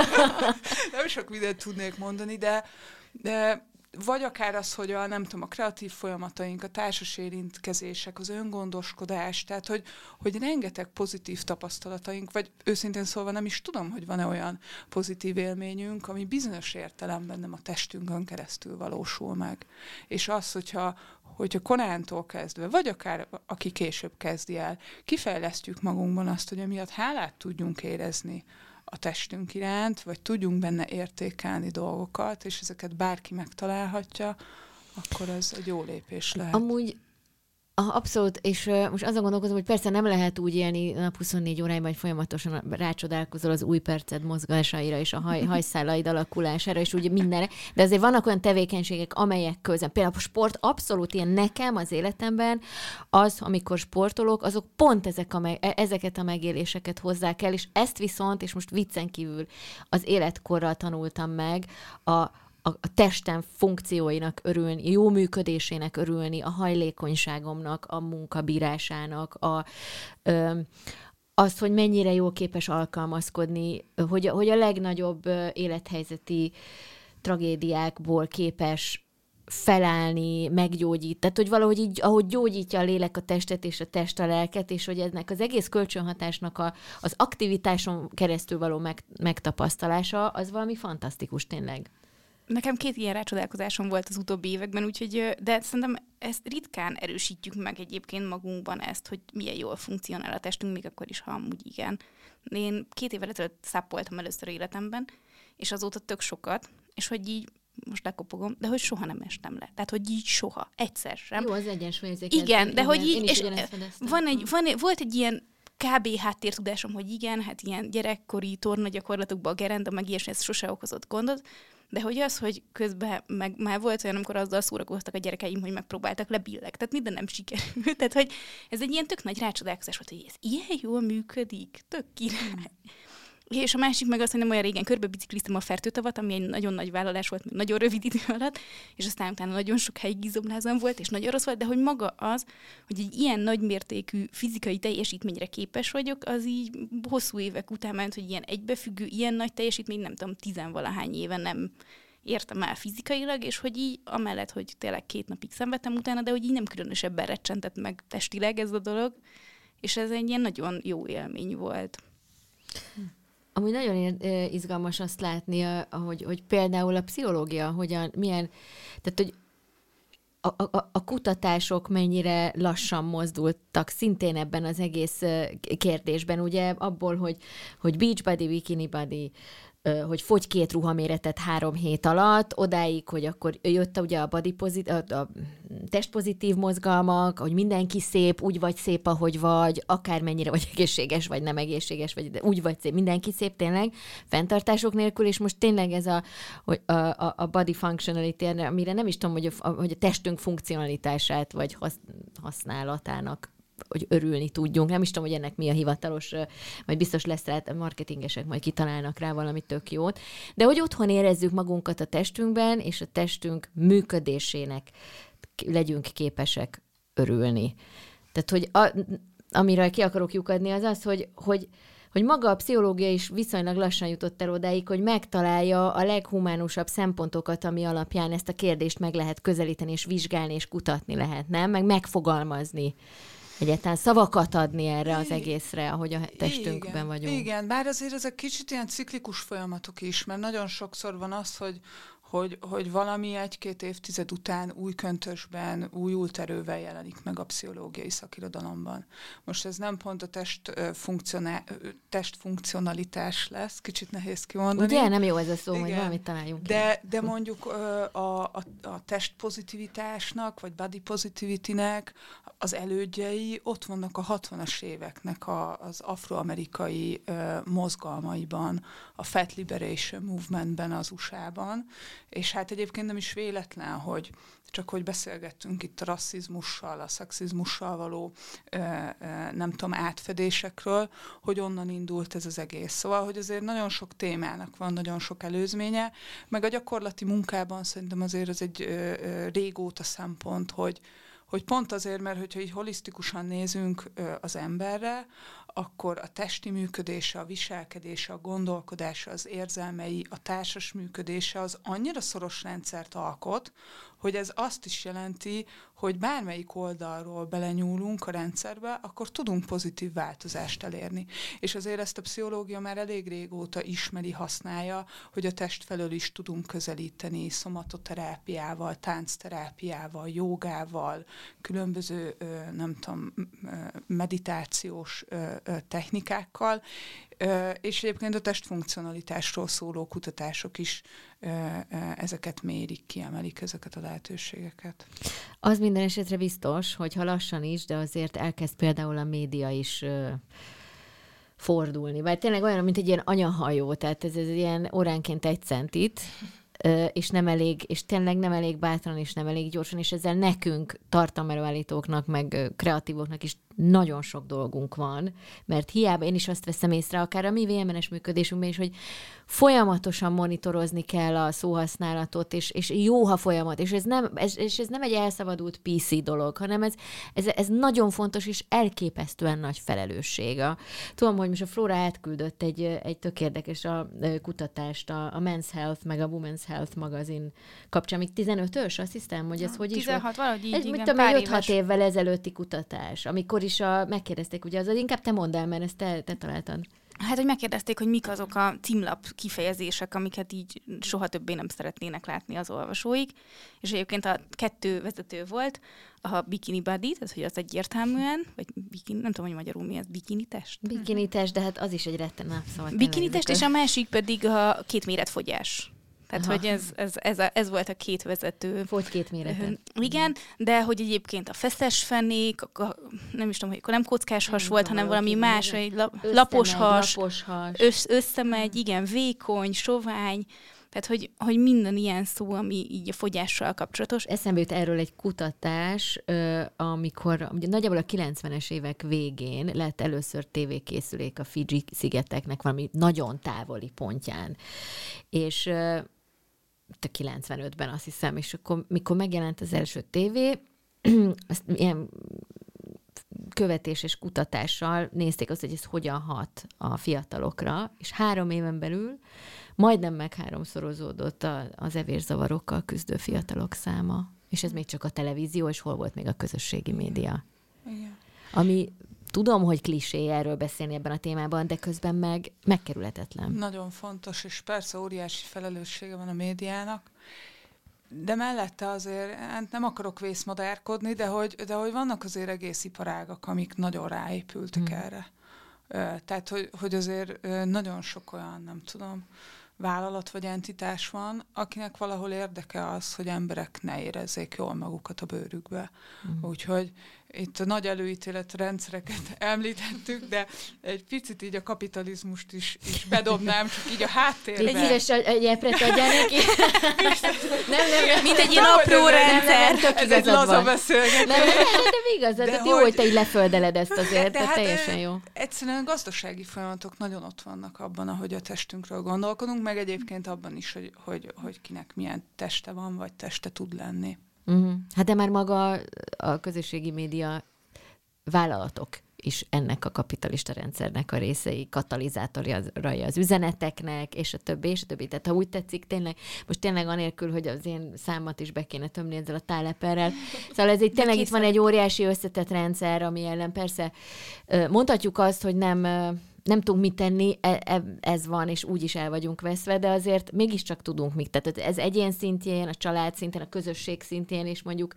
Nem sok mindent tudnék mondani, de, de vagy akár az, hogy a, nem tudom, a kreatív folyamataink, a társas érintkezések, az öngondoskodás, tehát hogy, hogy rengeteg pozitív tapasztalataink, vagy őszintén szólva nem is tudom, hogy van-e olyan pozitív élményünk, ami bizonyos értelemben nem a testünkön keresztül valósul meg. És az, hogyha, hogyha korántól kezdve, vagy akár aki később kezdi el, kifejlesztjük magunkban azt, hogy emiatt hálát tudjunk érezni a testünk iránt, vagy tudjunk benne értékelni dolgokat, és ezeket bárki megtalálhatja, akkor ez egy jó lépés lehet. Amúgy abszolút, és uh, most azon gondolkozom, hogy persze nem lehet úgy élni nap huszonnégy órájában, hogy folyamatosan rácsodálkozol az új perced mozgásaira, és a haj, hajszálaid alakulására, és úgy mindenre, de azért vannak olyan tevékenységek, amelyek közben, például a sport abszolút ilyen nekem az életemben, az, amikor sportolok, azok pont ezek a meg, ezeket a megéléseket hozzák el, és ezt viszont, és most viccen kívül az életkorral tanultam meg, a a testem funkcióinak örülni, jó működésének örülni, a hajlékonyságomnak, a munkabírásának, a, ö, az, hogy mennyire jól képes alkalmazkodni, hogy, hogy a legnagyobb élethelyzeti tragédiákból képes felállni, meggyógyít. Tehát, hogy valahogy így, ahogy gyógyítja a lélek a testet és a test a lelket, és hogy ennek az egész kölcsönhatásnak a, az aktivitáson keresztül való meg, megtapasztalása, az valami fantasztikus tényleg. nekem két ilyen rácsodálkozásom volt az utóbbi években, úgyhogy, de szerintem ezt ritkán erősítjük meg egyébként magunkban ezt, hogy milyen jól funkcionál a testünk, még akkor is, ha amúgy igen. Én két évvel ezelőtt szápoltam először életemben, és azóta tök sokat, és hogy így most lekopogom, de hogy soha nem estem le. Tehát, hogy így soha, egyszer sem. Jó, az egyensúlyérzéket. Igen, de hogy így, és van egy, hm. van egy, volt egy ilyen kb. Háttértudásom, hogy igen, hát ilyen gyerekkori tornagyakorlatokban a gerenda, meg ilyesmi, ez sose okozott gondot, de hogy az, hogy közben meg már volt olyan, amikor azzal szórakoztak a gyerekeim, hogy megpróbáltak lebilleg, tehát minden nem sikerült. Tehát, hogy ez egy ilyen tök nagy rácsodálkozás volt, hogy ez ilyen jól működik, tök király. És a másik meg az, hogy nem olyan régen körbe bicikliztem a Fertőtavat, ami egy nagyon nagy vállalás volt, nagyon rövid idő alatt, és aztán utána nagyon sokáig izomlázam volt, és nagyon rossz volt, de hogy maga az, hogy egy ilyen nagymértékű fizikai teljesítményre képes vagyok, az így hosszú évek után ment, hogy ilyen egybefüggő, ilyen nagy teljesítmény, nem tudom, tizenvalahány éve nem értem el fizikailag, és hogy így amellett, hogy tényleg két napig szenvedtem utána, de hogy így nem különösebben recsentett meg testileg ez a dolog, és ez egy ilyen nagyon jó élmény volt. Amúgy nagyon izgalmas azt látni, hogy, hogy például a pszichológia hogyan, milyen, tehát hogy a, a, a kutatások mennyire lassan mozdultak szintén ebben az egész kérdésben, ugye abból, hogy, hogy beach body, bikini body, hogy fogy két ruhaméretet három hét alatt, odáig, hogy akkor jött ugye a, body pozit- a, a testpozitív mozgalmak, hogy mindenki szép, úgy vagy szép, ahogy vagy, akármennyire vagy egészséges, vagy nem egészséges, vagy de úgy vagy szép, mindenki szép tényleg, fenntartások nélkül, és most tényleg ez a, a, a, a body functionality, amire nem is tudom, hogy a, hogy a testünk funkcionalitását, vagy hasz, használatának hogy örülni tudjunk. Nem is tudom, hogy ennek mi a hivatalos, majd biztos lesz rá, a marketingesek majd kitalálnak rá valami tök jót, de hogy otthon érezzük magunkat a testünkben, és a testünk működésének legyünk képesek örülni. Tehát, hogy a, amiről ki akarok lyukadni, az az, hogy, hogy hogy maga a pszichológia is viszonylag lassan jutott el odáig, hogy megtalálja a leghumánusabb szempontokat, ami alapján ezt a kérdést meg lehet közelíteni, és vizsgálni, és kutatni lehet, nem? Meg megfogalmazni. Egyáltalán szavakat adni erre az egészre, ahogy a testünkben igen, vagyunk. Igen, bár azért ezek kicsit ilyen ciklikus folyamatok is, mert nagyon sokszor van az, hogy, hogy, hogy valami egy-két évtized után új köntösben, újult erővel jelenik meg a pszichológiai szakirodalomban. Most ez nem pont a test, funkcionál, testfunkcionalitás lesz, kicsit nehéz kimondani. Ugye, nem jó ez a szó, igen, hogy valamit találjunk. De, de mondjuk a, a, a testpozitivitásnak, vagy body positivity-nek az elődjei ott vannak a hatvanas éveknek a, az afroamerikai uh, mozgalmaiban, a Fat Liberation Movementben az u es á-ban, és hát egyébként nem is véletlen, hogy csak hogy beszélgettünk itt a rasszizmussal, a szexizmussal való ö, ö, nem tudom, átfedésekről, hogy onnan indult ez az egész. Szóval, hogy azért nagyon sok témának van, nagyon sok előzménye, meg a gyakorlati munkában szerintem azért az egy ö, ö, régóta szempont, hogy hogy pont azért, mert hogyha így holisztikusan nézünk ö, az emberre, akkor a testi működése, a viselkedése, a gondolkodása, az érzelmei, a társas működése az annyira szoros rendszert alkot, hogy ez azt is jelenti, hogy bármelyik oldalról belenyúlunk a rendszerbe, akkor tudunk pozitív változást elérni. És azért ezt a pszichológia már elég régóta ismeri, használja, hogy a test felől is tudunk közelíteni szomatoterápiával, táncterápiával, jogával, különböző, nem tudom, meditációs technikákkal, és egyébként a testfunkcionalitásról szóló kutatások is ezeket mérik, kiemelik ezeket a lehetőségeket. Az minden esetre biztos, hogy ha lassan is, de azért elkezd például a média is fordulni. Vagy tényleg olyan, mint egy ilyen anyahajó, tehát ez, ez ilyen óránként egy centit, és nem elég, és tényleg nem elég bátran, és nem elég gyorsan, és ezzel nekünk, tartalmelőállítóknak, meg kreatívoknak is nagyon sok dolgunk van, mert hiába én is azt veszem észre, akár a mi vé em en-es működésünkben is, hogy folyamatosan monitorozni kell a szóhasználatot, és, és jó, ha folyamat, és ez, nem, ez, és ez nem egy elszabadult pé cé dolog, hanem ez, ez, ez nagyon fontos, és elképesztően nagy felelősség. Tudom, hogy most a Flóra átküldött egy, egy tök érdekes a kutatást, a, a Men's Health, meg a Women's Health magazin kapcsán, még tizenötös, azt hiszem, hogy ez ja, hogy is tizenhat, valahogy így, ez, igen, tudom, pár öt-hat évvel ezelőtti kutatás, amikor is a, megkérdezték, ugye az, inkább te mondd el, mert ezt te, te találtad. Hát, hogy megkérdezték, hogy mik azok a címlap kifejezések, amiket így soha többé nem szeretnének látni az olvasóik. És egyébként a kettő vezető volt, a bikini body, tehát hogy az egyértelműen, vagy bikini, nem tudom, hogy magyarul mi ez, bikini test? Bikini test, de hát az is egy retten szóval. Bikini test, és a másik pedig a két méretfogyás. Tehát, Aha. hogy ez, ez, ez, a, ez volt a két vezető. Fogy két méretet. Igen, de hogy egyébként a feszes fenék, a, nem is tudom, hogy akkor nem kockás has volt, hanem valami más, egy la, lapos has, lapos has. Össz, összemegy, igen, vékony, sovány, tehát, hogy, hogy minden ilyen szó, ami így a fogyással kapcsolatos. Eszembe jut erről egy kutatás, amikor ugye nagyjából a kilencvenes évek végén lett először tévékészülék a Fidzsi-szigeteknek valami nagyon távoli pontján. És a kilencvenötben azt hiszem, és akkor mikor megjelent az első tévé, azt ilyen követés és kutatással nézték azt, hogy ez hogyan hat a fiatalokra, és három éven belül majdnem megháromszorozódott a, az evészavarokkal küzdő fiatalok száma. És ez még csak a televízió, és hol volt még a közösségi média. Igen. Ami tudom, hogy klisé erről beszélni ebben a témában, de közben meg megkerülhetetlen. Nagyon fontos, és persze óriási felelőssége van a médiának, de mellette azért, hát nem akarok vészmadárkodni, de hogy, de hogy vannak azért egész iparágak, amik nagyon ráépültek hmm. erre. Tehát, hogy, hogy azért nagyon sok olyan, nem tudom, vállalat vagy entitás van, akinek valahol érdeke az, hogy emberek ne érezzék jól magukat a bőrükbe. Mm. Úgyhogy itt a nagy előítéletrendszereket említettük, de egy picit így a kapitalizmust is, is bedobnám, csak így a háttérben. Légy szíves, egy epret adjál neki. nem, nem, nem. Mint egy ilyen apró rendszer. Ez egy laza beszélgetés. Nem, de igazad, de jó, hogy te így leföldeled ezt azért, de, de hát teljesen jó. Egyszerűen gazdasági folyamatok nagyon ott vannak abban, ahogy a testünkről gondolkodunk, meg egyébként abban is, hogy, hogy, hogy kinek milyen teste van, vagy teste tud lenni. Uh-huh. Hát de már maga a közösségi média vállalatok is ennek a kapitalista rendszernek a részei, katalizátorai az üzeneteknek, és a többi, és a többi. Tehát ha úgy tetszik, tényleg, most tényleg anélkül, hogy az én számat is be kéne tömni ezzel a táleperrel. Szóval ez így tényleg itt van egy óriási összetett rendszer, ami ellen persze mondhatjuk azt, hogy nem... nem tudunk mit tenni, ez van, és úgy is el vagyunk veszve, de azért mégiscsak tudunk mit. Tehát ez egyén szintjén, a család szintén, a közösség szintjén, és mondjuk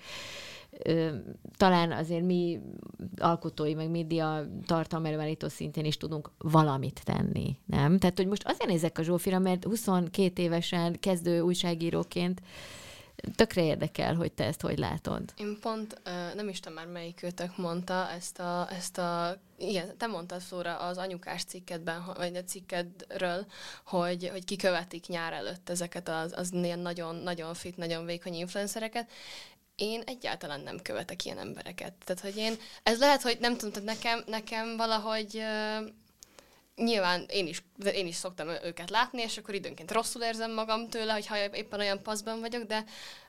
ö, talán azért mi alkotói, meg média tartalmelőállító szintén is tudunk valamit tenni, nem? Tehát, hogy most azért nézek a Zsófira, mert huszonkét évesen kezdő újságíróként tökre érdekel, hogy te ezt hogy látod. Én pont, nem is tudom már melyik őtök mondta ezt a, ezt a igen, te mondtad, Flóra, az anyukás cikkedben, vagy a cikkedről, hogy, hogy kikövetik nyár előtt ezeket az, az ilyen nagyon, nagyon fit, nagyon vékony influencereket. Én egyáltalán nem követek ilyen embereket. Tehát, hogy én, ez lehet, hogy nem tudom, tehát nekem, nekem valahogy uh, nyilván én is, én is szoktam őket látni, és akkor időnként rosszul érzem magam tőle, hogyha éppen olyan paszban vagyok, de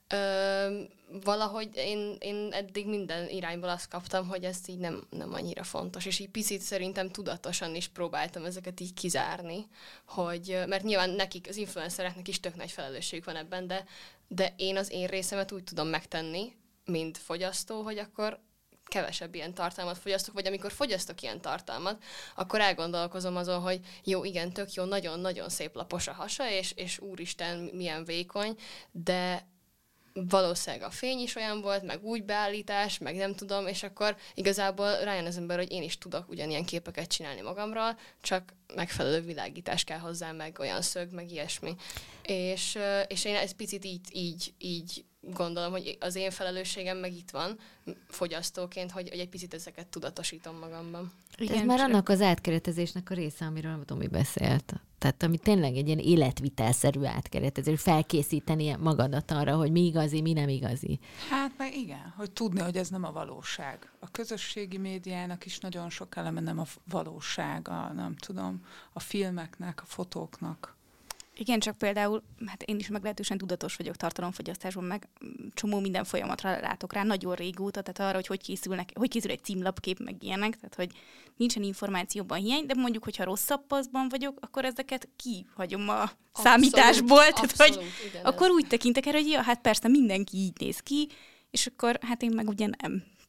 ö, valahogy én, én eddig minden irányból azt kaptam, hogy ez így nem, nem annyira fontos, és így picit szerintem tudatosan is próbáltam ezeket így kizárni, hogy, mert nyilván nekik, az influencereknek is tök nagy felelősségük van ebben, de, de én az én részemet úgy tudom megtenni, mint fogyasztó, hogy akkor kevesebb ilyen tartalmat fogyasztok, vagy amikor fogyasztok ilyen tartalmat, akkor elgondolkozom azon, hogy jó, igen, tök jó, nagyon-nagyon szép lapos a hasa, és, és úristen, milyen vékony, de valószínűleg a fény is olyan volt, meg úgy beállítás, meg nem tudom, és akkor igazából rájön az ember, hogy én is tudok ugyanilyen képeket csinálni magamról, csak megfelelő világítás kell hozzá, meg olyan szög, meg ilyesmi. És, és én ezt picit így, így, így gondolom, hogy az én felelősségem meg itt van fogyasztóként, hogy, hogy egy picit ezeket tudatosítom magamban. Igen, ez már csak annak az átkeretezésnek a része, amiről nem tudom, mi beszélt. Tehát ami tényleg egy ilyen életvitelszerű átkeretezés, felkészíteni magadat arra, hogy mi igazi, mi nem igazi. Hát meg igen, hogy tudni, hogy ez nem a valóság. A közösségi médiának is nagyon sok eleme nem a valóság, a, nem tudom, a filmeknek, a fotóknak. Igen, csak például, hát én is meglehetősen tudatos vagyok tartalomfogyasztásban, meg csomó minden folyamatra látok rá nagyon régóta, tehát arra, hogy hogy, készülnek, hogy készül egy címlapkép, meg ilyenek, tehát hogy nincsen információban hiány, de mondjuk, hogyha rosszabb paszban vagyok, akkor ezeket kihagyom a abszolút, számításból, tehát abszolút, hogy igen, akkor ez. Úgy tekintek erre, hogy ja, hát persze mindenki így néz ki, és akkor hát én meg ugye nem.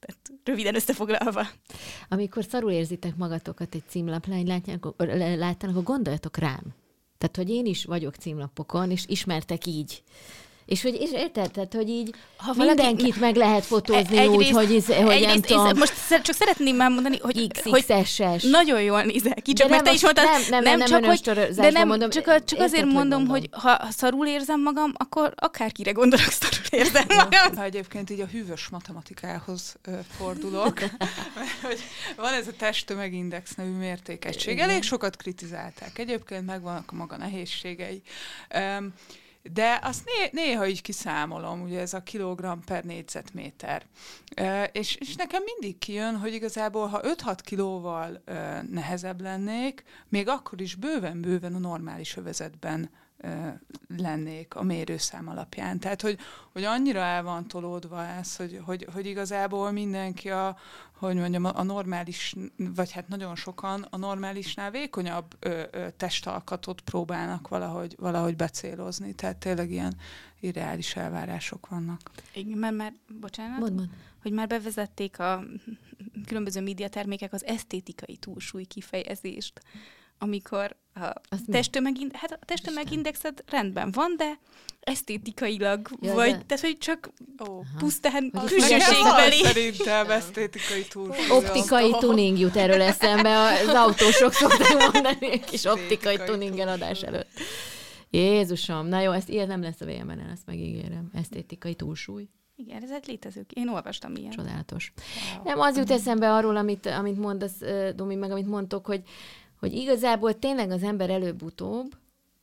Tehát röviden összefoglalva. Amikor szarul érzitek magatokat egy címlaplány látjának, akkor gondoljatok rám. Tehát, hogy én is vagyok címlapokon, és ismertek így. És hogy és érted, tehát, hogy így ha mindenkit valaki, meg lehet fotózni egy úgy, részt, hogy, iz, hogy nem részt, tudom. Most csak szeretném már mondani, hogy, hogy nagyon jól nézel ki, csak mert te is mondtad, nem, nem, nem, nem, csak, hogy, de nem, mondom, csak, a, csak azért mondom, mondom, hogy ha szarul érzem magam, akkor akárkire gondolok, szarul érzem magam. Ha egyébként így a hűvös matematikához uh, fordulok, mert hogy van ez a testtömegindex nevű mértékegység. Elég sokat kritizálták. Egyébként megvannak a maga nehézségei. Um, De azt né- néha így kiszámolom, ugye ez a kilogramm per négyzetméter. E, és, és nekem mindig kijön, hogy igazából, ha öt-hat kilóval e, nehezebb lennék, még akkor is bőven-bőven a normális övezetben e, lennék a mérőszám alapján. Tehát, hogy, hogy annyira el van tolódva ez, hogy, hogy, hogy igazából mindenki a, hogy mondjam, a normális, vagy hát nagyon sokan a normálisnál vékonyabb ö, ö, testalkatot próbálnak valahogy, valahogy becélozni. Tehát tényleg ilyen irreális elvárások vannak. Igen, mert már, bocsánat, mond, mond. hogy már bevezették a különböző médiatermékek az esztétikai túlsúly kifejezést, amikor a testtömegindex, hát a testtömegindexed rendben van, de esztétikailag, ja, vagy, de... tehát, hogy csak oh, pusztán külsőségbeli. Szerintem esztétikai túlsúly. Optikai tuning jut erről eszembe, az autósok szokták mondani, egy kis optikai tuningen adás előtt. Jézusom, na jó, ezt ilyet nem lesz a vé em en-en, ezt megígérem. Esztétikai túlsúly. Igen, ez egy létező. Én olvastam ilyen. Csodálatos. Wow. Nem, az jut eszembe arról, amit, amit mondasz, Domi, meg amit mondtok, hogy hogy igazából tényleg az ember előbb-utóbb,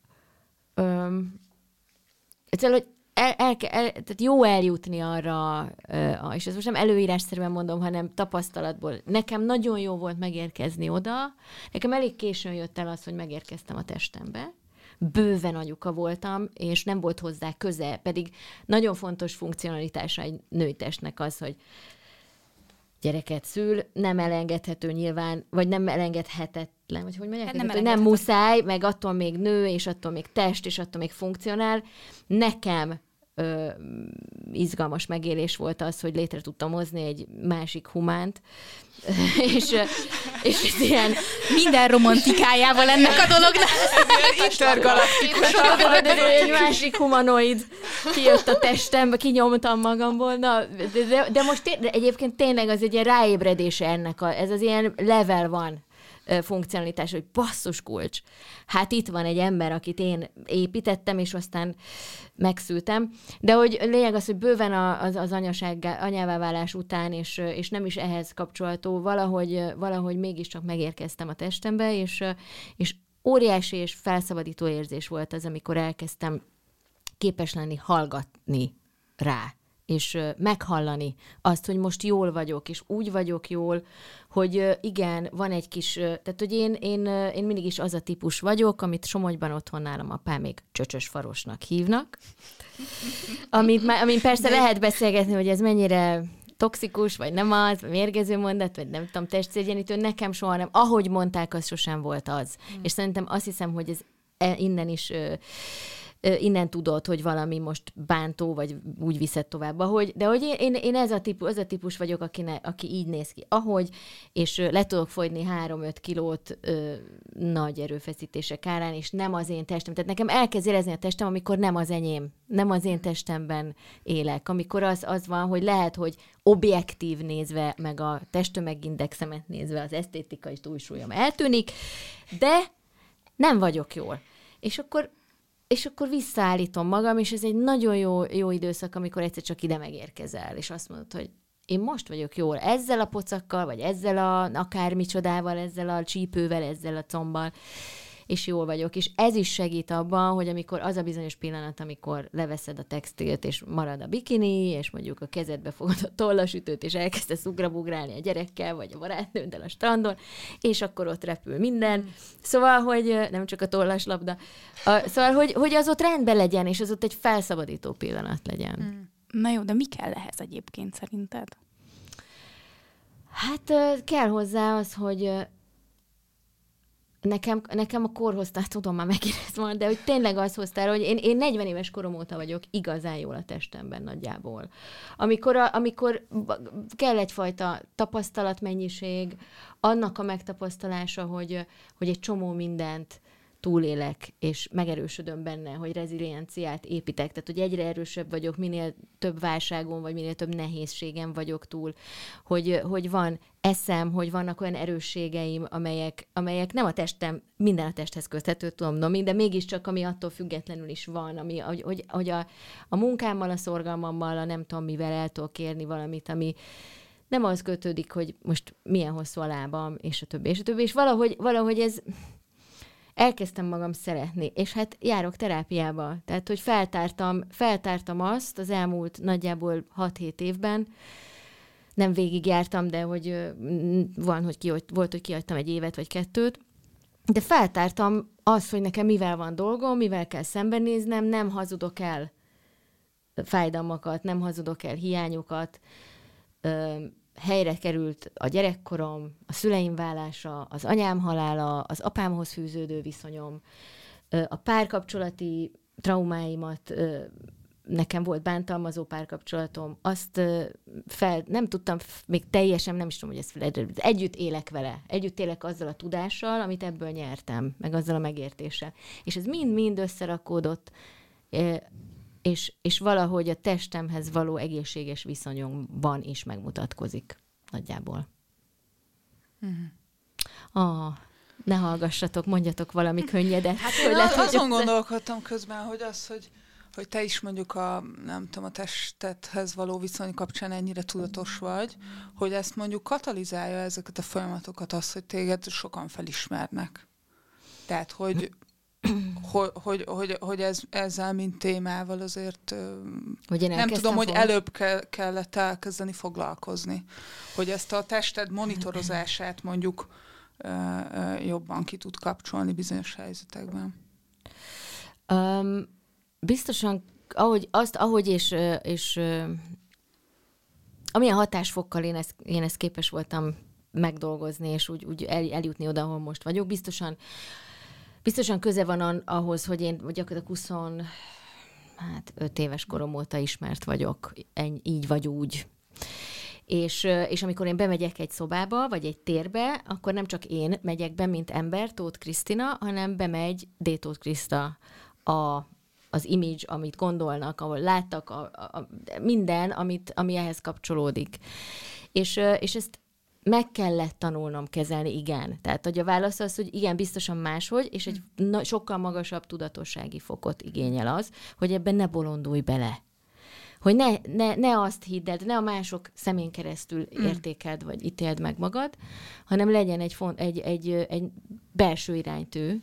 öm, egyszerűen, hogy el, el, el, tehát jó eljutni arra, ö, és ezt most nem előírásszerűen mondom, hanem tapasztalatból. Nekem nagyon jó volt megérkezni oda, nekem elég későn jött el az, hogy megérkeztem a testembe, bőven anyuka voltam, és nem volt hozzá köze, pedig nagyon fontos funkcionalitása egy női testnek az, hogy gyereket szül, nem elengedhető nyilván, vagy nem elengedhetetlen, vagy hogy mondják, hát nem, hogy nem muszáj, meg attól még nő, és attól még test, és attól még funkcionál. Nekem ö, izgalmas megélés volt az, hogy létre tudtam hozni egy másik humánt, és, és ilyen minden romantikájával ennek a dolognak. Intergalaktikus. Egy másik humanoid kijött a testembe, kinyomtam magamból. Na, de, de, de most té- de egyébként tényleg az egy ilyen ráébredése ennek, a, ez az ilyen level van funkcionalitás, hogy basszus kulcs. Hát itt van egy ember, akit én építettem, és aztán megszültem. De hogy lényeg az, hogy bőven az, az anyaság, anyává válás után, és, és nem is ehhez kapcsolható, valahogy, valahogy mégiscsak megérkeztem a testembe, és, és óriási és felszabadító érzés volt az, amikor elkezdtem képes lenni hallgatni rá, és meghallani azt, hogy most jól vagyok, és úgy vagyok jól, hogy igen, van egy kis, tehát hogy én, én, én mindig is az a típus vagyok, amit Somogyban otthon nálam apám még csöcsös farosnak hívnak, amit, amin persze lehet beszélgetni, hogy ez mennyire toxikus, vagy nem az, vagy mérgező mondat, vagy nem tudom, testszégyenítő, nekem soha nem. Ahogy mondták, az sosem volt az. Mm. És szerintem azt hiszem, hogy ez innen is... innen tudod, hogy valami most bántó, vagy úgy viszed tovább, ahogy, de hogy én, én ez a típus, az a típus vagyok, aki, ne, aki így néz ki, ahogy, és le tudok fogyni három-öt kilót ö, nagy erőfeszítések árán, és nem az én testem. Tehát nekem elkezd érezni a testem, amikor nem az enyém, nem az én testemben élek, amikor az, az van, hogy lehet, hogy objektív nézve, meg a testtömegindexemet nézve az esztétikai túlsúlyom eltűnik, de nem vagyok jól. És akkor És akkor visszaállítom magam, és ez egy nagyon jó, jó időszak, amikor egyszer csak ide megérkezel, és azt mondod, hogy én most vagyok jól ezzel a pocakkal, vagy ezzel a akármicsodával, ezzel a csípővel, ezzel a combbal, és jól vagyok. És ez is segít abban, hogy amikor az a bizonyos pillanat, amikor leveszed a textilt, és marad a bikini, és mondjuk a kezedbe fogod a tollasütőt, és elkezdesz ugrabugrálni a gyerekkel, vagy a barátnőddel a strandon, és akkor ott repül minden. Szóval, hogy nem csak a tollaslabda, a, szóval, hogy, hogy az ott rendben legyen, és az ott egy felszabadító pillanat legyen. Na jó, de mi kell ehhez egyébként szerinted? Hát kell hozzá az, hogy nekem, nekem a kor hozta, tudom már megérez volna, de hogy tényleg az hoztál, hogy én, én negyven éves korom óta vagyok igazán jól a testemben nagyjából. Amikor, a, amikor kell egyfajta tapasztalatmennyiség, annak a megtapasztalása, hogy, hogy egy csomó mindent túlélek, és megerősödöm benne, hogy rezilienciát építek, tehát hogy egyre erősebb vagyok, minél több válságon, vagy minél több nehézségem vagyok túl, hogy, hogy van eszem, hogy vannak olyan erősségeim, amelyek, amelyek nem a testem, minden a testhez köthető, tudom, no, de mégiscsak, ami attól függetlenül is van, ami, hogy, hogy, hogy a, a munkámmal, a szorgalmammal, a nem tudom mivel el tudok kérni valamit, ami nem az kötődik, hogy most milyen hosszú a lábam, és a többi, és a többi, és valahogy, valahogy ez elkezdtem magam szeretni, és hát járok terápiába. Tehát, hogy feltártam, feltártam azt az elmúlt nagyjából hat-hét évben, nem végigjártam, de hogy van, hogy ki, volt, hogy kihagytam egy évet vagy kettőt, de feltártam azt, hogy nekem mivel van dolgom, mivel kell szembenéznem, nem hazudok el fájdalmakat, nem hazudok el hiányokat, helyre került a gyerekkorom, a szüleim válása, az anyám halála, az apámhoz fűződő viszonyom, a párkapcsolati traumáimat, nekem volt bántalmazó párkapcsolatom, azt fel, nem tudtam, még teljesen, nem is tudom, hogy ezt fel, együtt élek vele, együtt élek azzal a tudással, amit ebből nyertem, meg azzal a megértéssel. És ez mind-mind összerakódott, És, és valahogy a testemhez való egészséges viszonyomban is megmutatkozik nagyjából. Mm. Ah, ne hallgassatok, mondjatok valami könnyedet. Hát én az, azon gondolkodtam közben, hogy az, hogy, hogy te is mondjuk a, nem tudom, a testethez való viszony kapcsán ennyire tudatos vagy, hogy ezt mondjuk katalizálja ezeket a folyamatokat az, hogy téged sokan felismernek. Tehát, hogy Hogy, hogy, hogy, hogy ez, ezzel, mint témával azért hogy nem tudom, hogy előbb ke- kellett elkezdeni foglalkozni. Hogy ezt a tested monitorozását mondjuk jobban ki tud kapcsolni bizonyos helyzetekben. Um, biztosan, ahogy, azt, ahogy és, és amilyen hatásfokkal én ezt, én ezt képes voltam megdolgozni, és úgy, úgy el, eljutni oda, ahol most vagyok, biztosan Biztosan köze van ahhoz, hogy én gyakorlatilag huszonöt éves korom óta ismert vagyok, így vagy úgy. És, és amikor én bemegyek egy szobába, vagy egy térbe, akkor nem csak én megyek be, mint ember, Tóth Krisztina, hanem bemegy D. Tóth Kriszta, a, az image, amit gondolnak, ahol láttak, a, a, minden, amit, ami ehhez kapcsolódik. És, és ezt meg kellett tanulnom kezelni, igen. Tehát, hogy a válasz az, hogy igen, biztosan máshogy, és egy na- sokkal magasabb tudatossági fokot igényel az, hogy ebben ne bolondulj bele. Hogy ne, ne, ne azt hidd el, ne a mások szemén keresztül értékeld, vagy ítéld meg magad, hanem legyen egy, font, egy, egy, egy belső iránytű,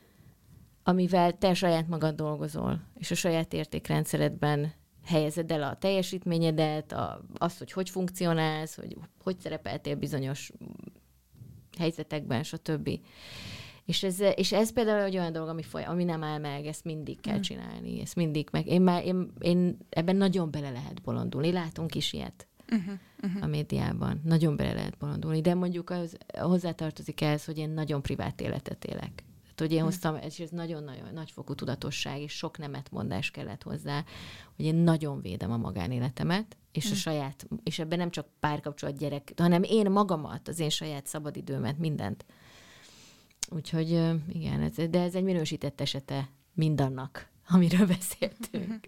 amivel te saját magad dolgozol, és a saját értékrendszeredben helyezed el a teljesítményedet, a, azt, hogy hogy funkcionálsz, hogy hogy szerepeltél bizonyos helyzetekben, stb. És ez, és ez például egy olyan dolog, ami, foly, ami nem áll meg, ezt mindig kell mm. csinálni, ezt mindig meg. Én, már, én, én ebben nagyon bele lehet bolondulni, látunk is ilyet uh-huh, uh-huh. a médiában, nagyon bele lehet bolondulni, de mondjuk az, hozzátartozik ehhez, hogy én nagyon privát életet élek. Hogy én hoztam, és ez nagyon-nagyon nagyfokú tudatosság, és sok nemetmondás kellett hozzá, hogy én nagyon védem a magánéletemet, és mm. a saját, és ebben nem csak párkapcsolat, gyerek, hanem én magamat, az én saját szabadidőmet, mindent. Úgyhogy igen, ez, de ez egy minősített esete mindannak, amiről beszéltünk.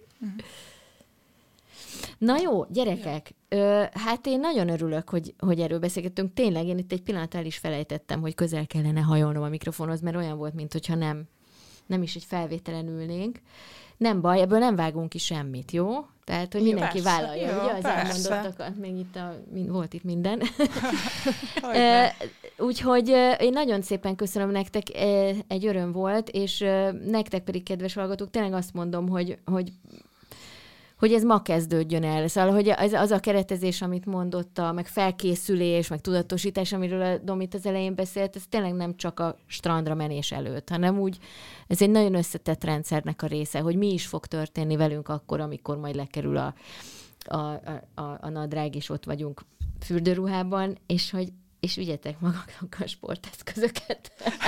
Na jó, gyerekek, ö, hát én nagyon örülök, hogy, hogy erről beszélgettünk. Tényleg, én itt egy pillanat el is felejtettem, hogy közel kellene hajolnom a mikrofonhoz, mert olyan volt, mintha nem, nem is egy felvételen ülnénk. Nem baj, ebből nem vágunk ki semmit, jó? Tehát, hogy jó, mindenki persze, vállalja, jó, ugye az elmondottakat, még itt a, volt itt minden. Úgyhogy én nagyon szépen köszönöm nektek, egy öröm volt, és nektek pedig, kedves hallgatók, tényleg azt mondom, hogy, hogy hogy ez ma kezdődjön el. Szóval, hogy az, az a keretezés, amit mondott, a, meg felkészülés, meg tudatosítás, amiről a Domit az elején beszélt, ez tényleg nem csak a strandra menés előtt, hanem úgy, ez egy nagyon összetett rendszernek a része, hogy mi is fog történni velünk akkor, amikor majd lekerül a, a, a, a nadrág, és ott vagyunk fürdőruhában, és hogy és vigyetek magaknak a sporteszközöket.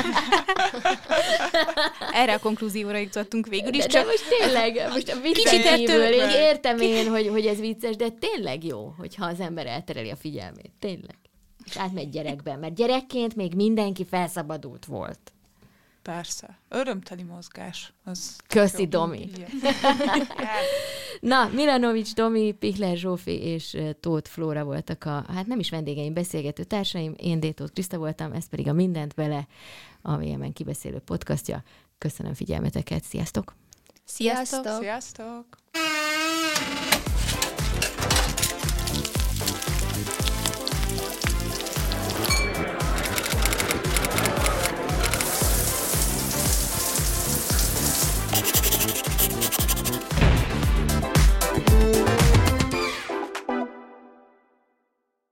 Erre a konklúzióra jutottunk végül is. De, Csak de most tényleg, most a viccen kívül, én értem én, hogy, hogy ez vicces, de tényleg jó, hogyha az ember eltereli a figyelmét. Tényleg. És átmegy gyerekbe, mert gyerekként még mindenki felszabadult volt. Persze. Örömteli mozgás. Az Köszi, jó. Domi. Igen. Na, Milanovics Domi, Pichler Zsófi és Tóth Flóra voltak a, hát nem is vendégeim, beszélgető társaim, én D. Tóth Kriszta voltam, ez pedig a Mindent Bele, a vé em en kibeszélő podcastja. Köszönöm figyelmeteket, sziasztok! Sziasztok! Sziasztok!